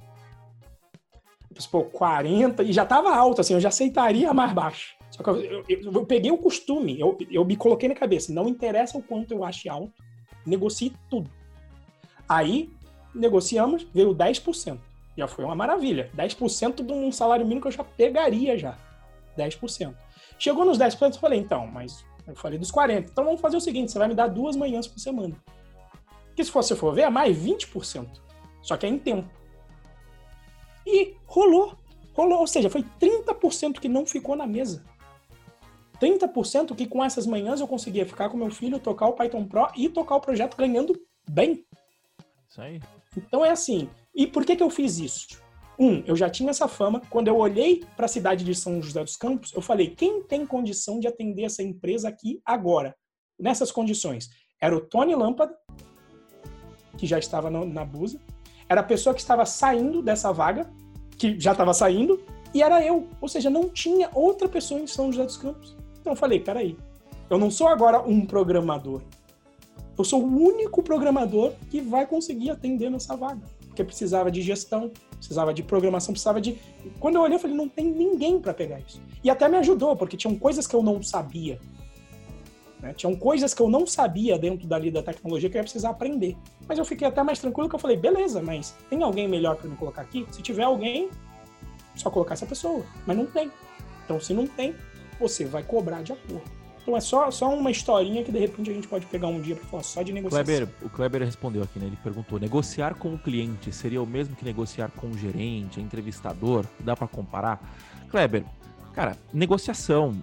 Eu pensei, 40%, e já tava alto, assim, eu já aceitaria mais baixo. Só que eu peguei o costume, eu me coloquei na cabeça, não interessa o quanto eu ache alto, negocie tudo. Aí, negociamos, veio 10%. Já foi uma maravilha. 10% de um salário mínimo que eu já pegaria já. 10%. Chegou nos 10%, eu falei, então, mas eu falei dos 40%. Então vamos fazer o seguinte, você vai me dar 2 manhãs por semana. Porque se você for ver, é mais 20%. Só que é em tempo. E rolou. Ou seja, foi 30% que não ficou na mesa. 30% que com essas manhãs eu conseguia ficar com meu filho, tocar o Python Pro e tocar o projeto ganhando bem. Isso aí. Então é assim. E por que eu fiz isso? Eu já tinha essa fama. Quando eu olhei para a cidade de São José dos Campos, eu falei, quem tem condição de atender essa empresa aqui agora? Nessas condições. Era o Tony Lâmpada que já estava na Busa, era a pessoa que estava saindo dessa vaga, que já estava saindo, e era eu. Ou seja, não tinha outra pessoa em São José dos Campos. Então eu falei, peraí, eu não sou agora um programador. Eu sou o único programador que vai conseguir atender nessa vaga. Porque precisava de gestão, precisava de programação, precisava de... Quando eu olhei, eu falei, não tem ninguém para pegar isso. E até me ajudou, porque tinham coisas que eu não sabia. Né? Tinham coisas que eu não sabia dentro dali da tecnologia que eu ia precisar aprender. Mas eu fiquei até mais tranquilo, que eu falei, beleza, mas tem alguém melhor para me colocar aqui? Se tiver alguém, só colocar essa pessoa. Mas não tem. Então, se não tem, você vai cobrar de acordo. Então é só uma historinha que de repente a gente pode pegar um dia para falar só de negociação. O Kleber respondeu aqui, né? Ele perguntou, negociar com o cliente seria o mesmo que negociar com o gerente, entrevistador? Dá para comparar? Kleber, cara, negociação,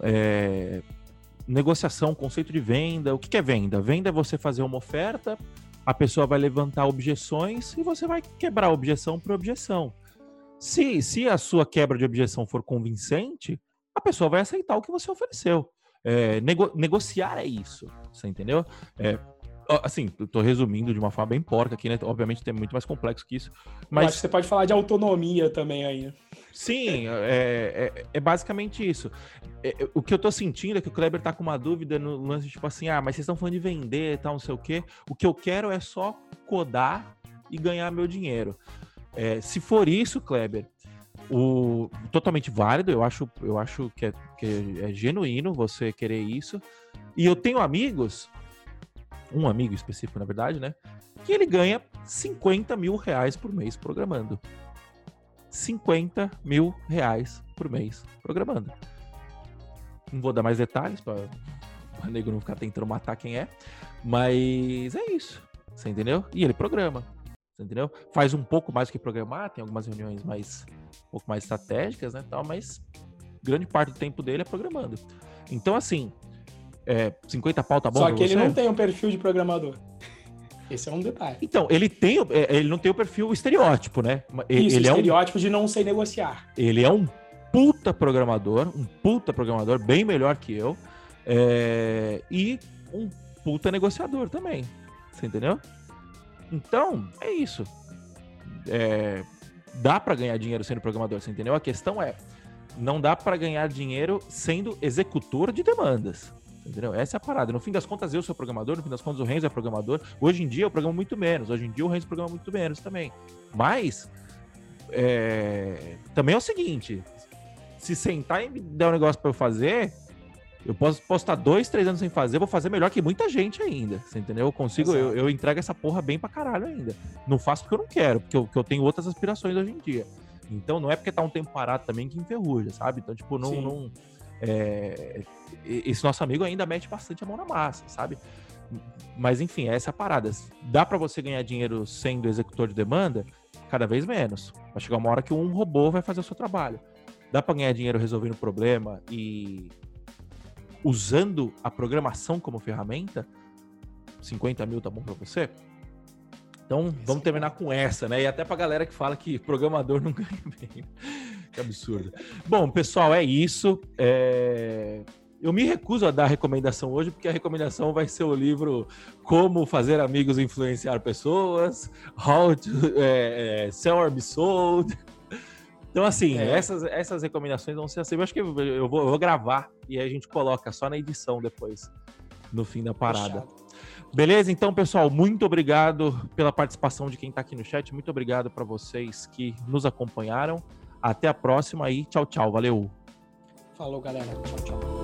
conceito de venda, o que é venda? Venda é você fazer uma oferta, a pessoa vai levantar objeções e você vai quebrar objeção por objeção. Se a sua quebra de objeção for convincente, a pessoa vai aceitar o que você ofereceu. Negociar é isso, você entendeu? Assim, eu tô resumindo de uma forma bem porca aqui, né? Obviamente tem muito mais complexo que isso. Mas eu acho que você pode falar de autonomia também aí, né? Sim, é basicamente isso. O que eu tô sentindo é que o Kleber tá com uma dúvida no lance, tipo assim, mas vocês estão falando de vender e tal, não sei o quê. O que eu quero é só codar e ganhar meu dinheiro. Se for isso, Kleber, totalmente válido, eu acho que é genuíno você querer isso. E eu tenho amigos, um amigo específico, na verdade, né? Que ele ganha 50 mil reais por mês programando. 50 mil reais por mês programando. Não vou dar mais detalhes para o nego não ficar tentando matar quem é, mas é isso, você entendeu? E ele programa. Entendeu? Faz um pouco mais do que programar, tem algumas reuniões um pouco mais estratégicas, né, tal, mas grande parte do tempo dele é programando. Então, assim, 50 pau tá bom. Só que ele não tem um perfil de programador. Esse é um detalhe. Então, ele não tem o perfil estereótipo, né? Isso, ele estereótipo de não sei negociar. Ele é um puta programador, bem melhor que eu, e um puta negociador também, você entendeu? Então, é isso. Dá para ganhar dinheiro sendo programador, você entendeu? A questão não dá para ganhar dinheiro sendo executor de demandas, entendeu? Essa é a parada. No fim das contas, eu sou programador, no fim das contas, o Renzo é programador. Hoje em dia, eu programo muito menos. Hoje em dia, o Renzo programa muito menos também. Mas, também é o seguinte, se sentar e me der um negócio para eu fazer... Eu posso estar 2, 3 anos sem fazer, vou fazer melhor que muita gente ainda, você entendeu? Eu consigo, eu entrego essa porra bem pra caralho ainda. Não faço porque eu não quero, porque eu tenho outras aspirações hoje em dia. Então não é porque tá um tempo parado também que enferruja, sabe? Então, tipo, esse nosso amigo ainda mete bastante a mão na massa, sabe? Mas enfim, essa é a parada. Dá pra você ganhar dinheiro sendo executor de demanda? Cada vez menos. Vai chegar uma hora que um robô vai fazer o seu trabalho. Dá pra ganhar dinheiro resolvendo problema e... usando a programação como ferramenta, 50 mil tá bom pra você? Então, vamos terminar com essa, né? E até pra galera que fala que programador não ganha bem. Que absurdo. Bom, pessoal, é isso. Eu me recuso a dar recomendação hoje, porque a recomendação vai ser o livro Como Fazer Amigos e Influenciar Pessoas, How to Sell or Be Sold. Então, assim, essas recomendações vão ser assim. Eu acho que eu vou gravar e aí a gente coloca só na edição depois, no fim da parada. Fechado. Beleza? Então, pessoal, muito obrigado pela participação de quem tá aqui no chat. Muito obrigado para vocês que nos acompanharam. Até a próxima e tchau, tchau. Valeu! Falou, galera. Tchau, tchau.